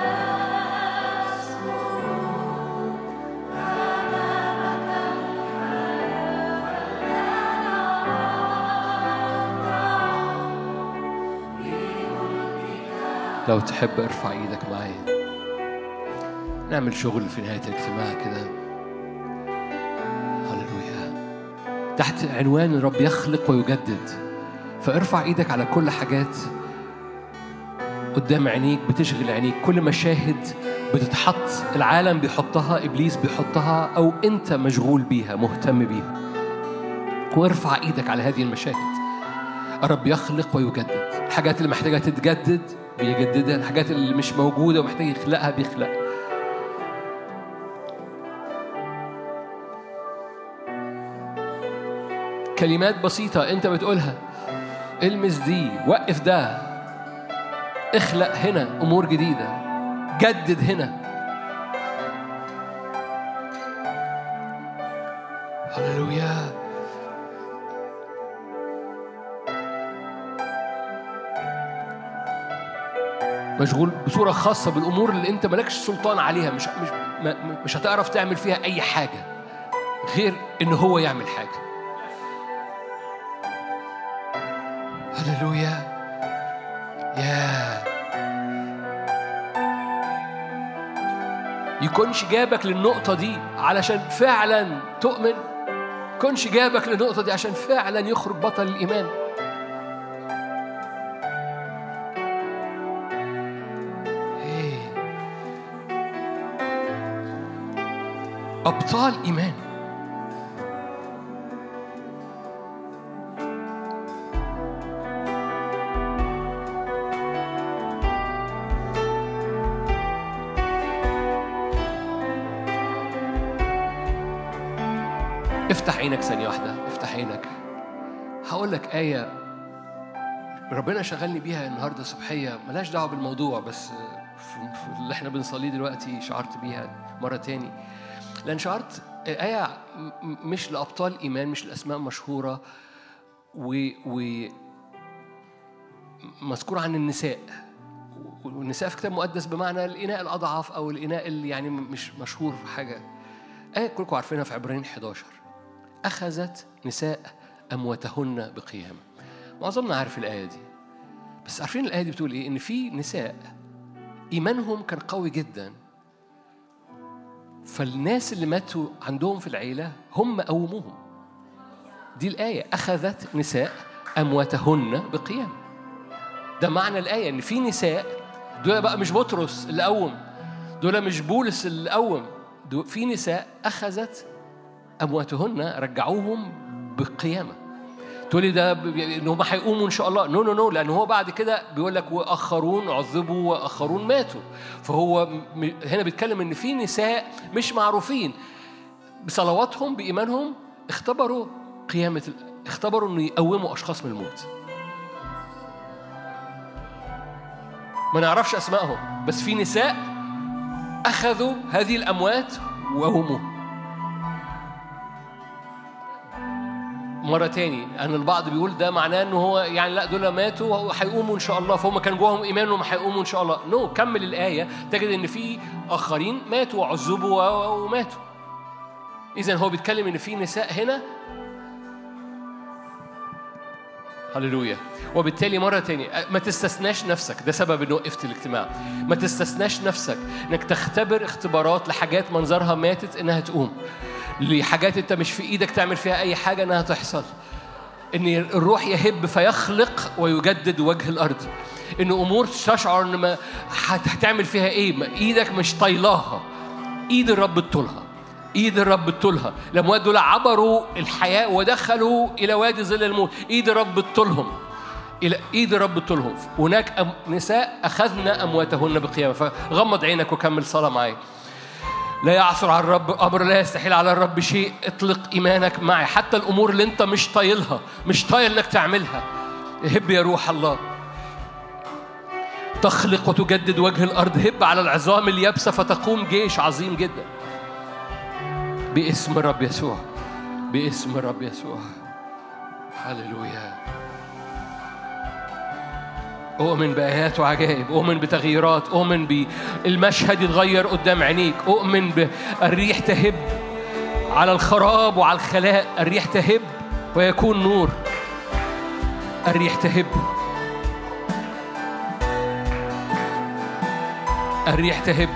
لو تحب ارفع ايدك معايا نعمل شغل في نهاية الاجتماع كده. هللويا. تحت عنوان الرب يخلق ويجدد، فارفع ايدك على كل حاجات قدام عينيك بتشغل عينيك، كل مشاهد بتتحط، العالم بيحطها، ابليس بيحطها، او انت مشغول بيها مهتم بيها، وارفع ايدك على هذه المشاهد. الرب يخلق ويجدد، الحاجات اللي محتاجة تتجدد بيجددها، الحاجات اللي مش موجودة ومحتاج يخلقها بيخلقها. كلمات بسيطة أنت بتقولها، المس دي، وقف ده، اخلق هنا أمور جديدة، جدد هنا. هللويا. مشغول بصورة خاصة بالأمور اللي أنت مالكش سلطان عليها، مش هتعرف تعمل فيها أي حاجة غير إن هو يعمل حاجة. هللويا. يكونش جابك للنقطة دي علشان فعلا تؤمن، يكونش جابك للنقطة دي عشان فعلا يخرج بطل الإيمان. أبطال إيمان. افتح عينك ثانية واحدة، افتح عينك. هقول لك آية ربنا شغلني بيها النهاردة صبحية، ملاش دعوة بالموضوع، بس في اللي احنا بنصليه دلوقتي شعرت بيها مرة تاني، لأن شعرت آية مش لأبطال إيمان، مش لأسماء مشهورة، مذكور عن النساء، والنساء في كتاب مقدس بمعنى الإناء الأضعف أو الإناء اللي يعني مش مشهور في حاجة. آية كلكم عارفينها في عبرين 11، أخذت نساء أمواتهن بقيام. معظمنا عارف الآية دي، بس عارفين الآية دي بتقول إيه؟ إن في نساء إيمانهم كان قوي جدا، فالناس اللي ماتوا عندهم في العيلة هم قوموهم. دي الآية، أخذت نساء أمواتهن بقيام. ده معنى الآية، إن في نساء، دول بقى مش بطرس اللي قوم، دول مش بولس اللي قوم، في نساء أخذت أمواتهن رجعوهم بقيامة. تقولي ده ان هم هيقوموا ان شاء الله. نو لان هو بعد كده بيقول لك واخرون عذبوا واخرون ماتوا. فهو هنا بيتكلم ان في نساء مش معروفين بصلواتهم بايمانهم اختبروا اختبروا انه يقوموا اشخاص من الموت. ما نعرفش اسمائهم بس في نساء اخذوا هذه الاموات وقوموا. مرة تاني أن البعض بيقول ده معناه إنه هو يعني لا دول ماتوا وهيقوموا إن شاء الله، فهم كان جواهم إيمان إنهم هيقوموا إن شاء الله. كمل الآية تجد إن في آخرين ماتوا وعذبوا وماتوا. إذن هو بيتكلم إن في نساء هنا. هللويا. وبالتالي مرة تاني ما تستثناش نفسك، ده سبب إنه وقفت الاجتماع. ما تستثناش نفسك إنك تختبر اختبارات لحاجات منظرها ماتت إنها تقوم، لحاجات أنت مش في إيدك تعمل فيها أي حاجة إنها تحصل. إن الروح يهب فيخلق ويجدد وجه الأرض. إن أمور تشعر إن ما هتعمل فيها إيه، ما إيدك مش طايلاها، إيد الرب تطولها. إيد الرب تطولها. الأموات دول عبروا الحياة ودخلوا إلى وادي ظل الموت، إيد الرب تطولهم. إلى إيد الرب تطولهم. هناك نساء أخذنا أمواتهن بقيامة. فغمض عينك وكمل صلاة معي. لا يعثر على الرب أمر، لا يستحيل على الرب شيء. اطلق إيمانك معي حتى الأمور اللي أنت مش طايلها، مش طايل إنك تعملها. هب يا روح الله، تخلق وتجدد وجه الأرض. هب على العظام اليابسة فتقوم جيش عظيم جدا باسم الرب يسوع، باسم الرب يسوع. هللويا. أؤمن بآيات وعجائب، أؤمن بتغييرات، أؤمن بالمشهد يتغير قدام عينيك، أؤمن بالريح تهب على الخراب وعلى الخلاء. الريح تهب ويكون نور. الريح تهب، الريح تهب.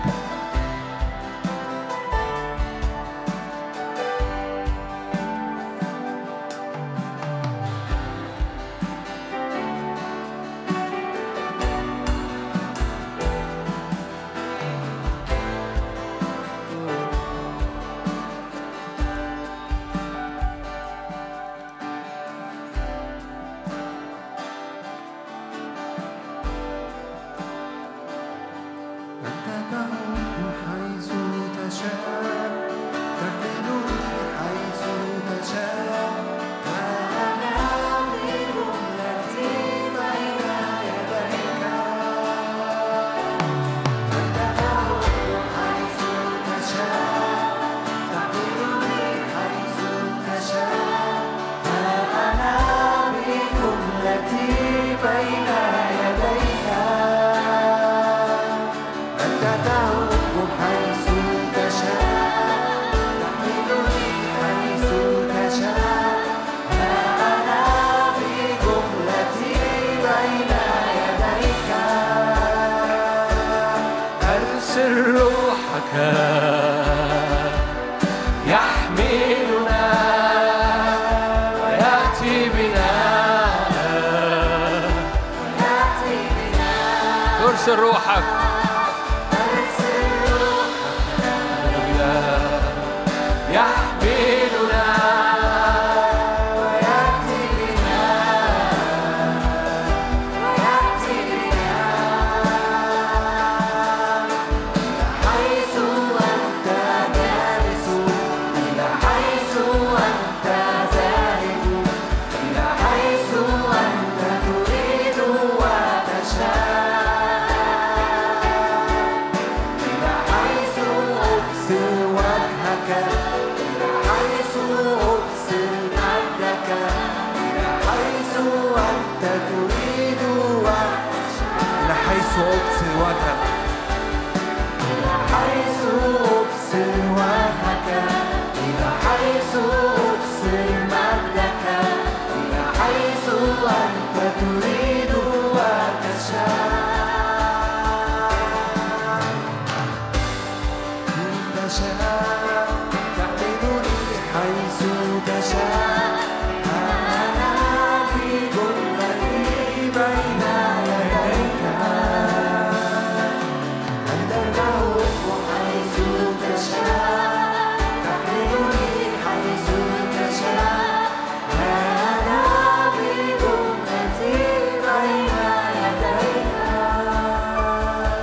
ارسل روحك، يحملنا ويأتي بنا ويأتي بنا حيث أنت جالس، إلى حيث أنت ذاهب، إلى حيث أنت تريد وتشاء.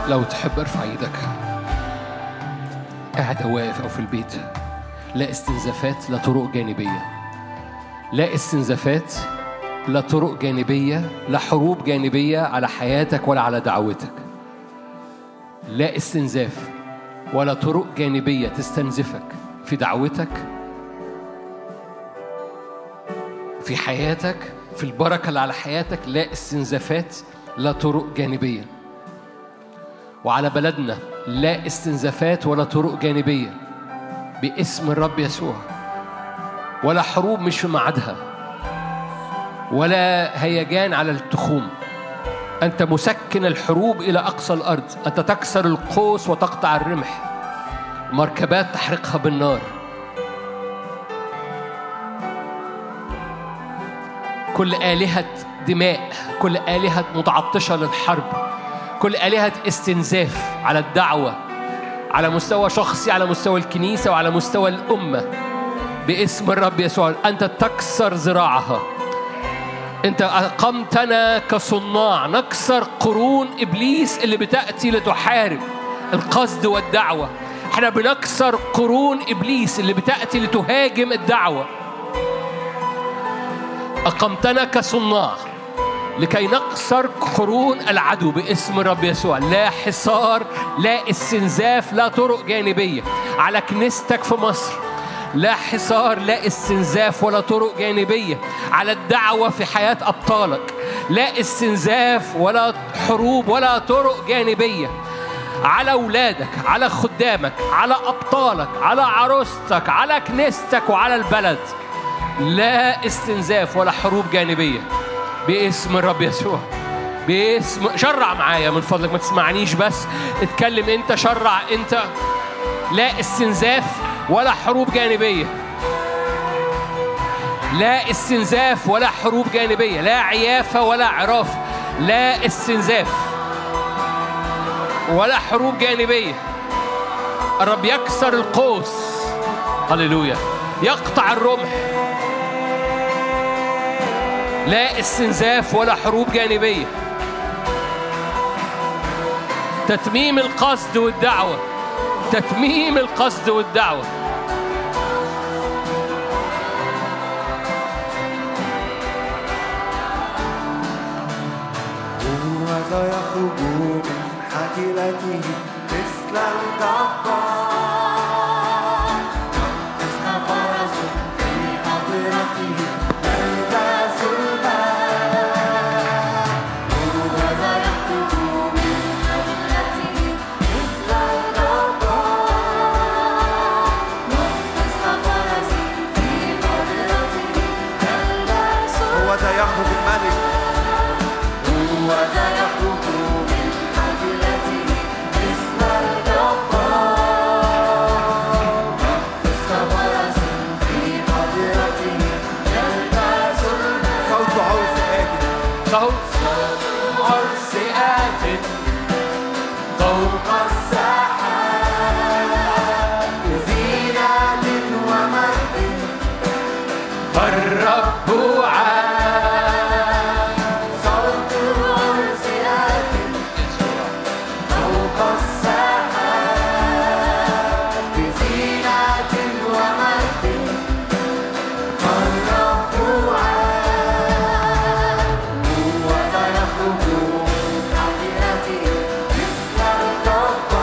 لو تحب ارفع ايدك، قاعد أو واقف أو في البيت. لا استنزافات، لا طرق جانبية، لا استنزافات، لا طرق جانبية، لا حروب جانبية على حياتك ولا على دعوتك. لا استنزاف ولا طرق جانبية تستنزفك في دعوتك، في حياتك، في البركة اللي على حياتك. لا استنزافات، لا طرق جانبية. وعلى بلدنا لا استنزافات ولا طرق جانبية باسم الرب يسوع. ولا حروب مش في ميعادها، ولا هيجان على التخوم. أنت مسكن الحروب إلى أقصى الأرض. أنت تكسر القوس وتقطع الرمح، مركبات تحرقها بالنار. كل آلهة دماء، كل آلهة متعطشة للحرب، كل آلهة استنزاف على الدعوة، على مستوى شخصي، على مستوى الكنيسة، وعلى مستوى الأمة، باسم الرب يسوع أنت تكسر ذراعها. أنت أقمتنا كصناع نكسر قرون إبليس اللي بتأتي لتحارب القصد والدعوة. احنا بنكسر قرون إبليس اللي بتأتي لتهاجم الدعوة. أقمتنا كصناع لكي نكسر قرون العدو باسم الرب يسوع. لا حصار، لا استنزاف، لا طرق جانبية على كنيستك في مصر. لا حصار، لا استنزاف ولا طرق جانبية على الدعوة في حياة أبطالك. لا استنزاف ولا حروب ولا طرق جانبية على أولادك، على خدامك، على أبطالك، على عروستك، على كنيستك وعلى البلد. لا استنزاف ولا حروب جانبية باسم الرب يسوع. باسم، شرع معايا من فضلك، ما تسمعنيش بس، اتكلم انت، شرع انت. لا استنزاف ولا حروب جانبية. لا استنزاف ولا حروب جانبية، لا عيافة ولا عراف. لا استنزاف ولا حروب جانبية. الرب يكسر القوس، هللويا، يقطع الرمح. لا استنزاف ولا حروب جانبية. تتميم القصد والدعوة، تتميم القصد والدعوة. وهذا يخرج من حافلته مثل الجبار، مثل فرس في حضرته يلبس الماء. وهذا يخرج من حافلته مثل الجبار، مثل فرس في حضرته يلبس الماء. وهذا يخرج الملك، وهذا يخرج من حافلته مثل الجبار، مثل فرس في حضرته يلبس الماء. صوت عرس آت، صوت عرس آت فوق السحاب بزينة ومجد الرب عاد. صوت عرس آت فوق السحاب بزينة ومجد الرب عاد. وهذا يخرج من حافلته مثل الجبار،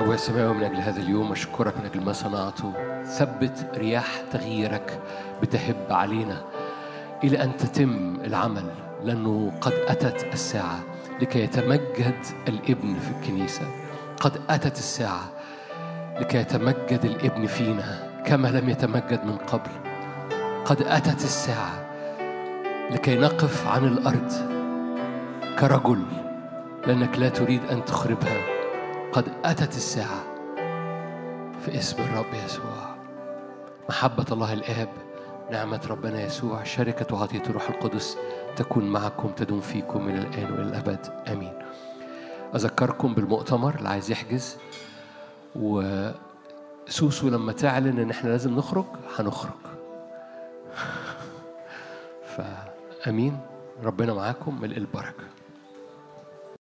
أبويا السماوي من أجل هذا اليوم أشكرك من أجل ما صنعته. ثبت رياح تغييرك بتهب علينا إلى أن تتم العمل، لأنه قد أتت الساعة لكي يتمجد الابن في الكنيسة. قد أتت الساعة لكي يتمجد الابن فينا كما لم يتمجد من قبل. قد أتت الساعة لكي نقف عن الأرض كرجل، لأنك لا تريد أن تخربها. قد أتت الساعة في اسم الرب يسوع. محبة الله الآب، نعمة ربنا يسوع، شركة وعطية الروح القدس تكون معكم، تدوم فيكم من الآن وإلى الأبد. آمين. أذكركم بالمؤتمر اللي عايز يحجز، وسوسو لما تعلن إن إحنا لازم نخرج هنخرج. فأمين. ربنا معاكم، ملء البركة.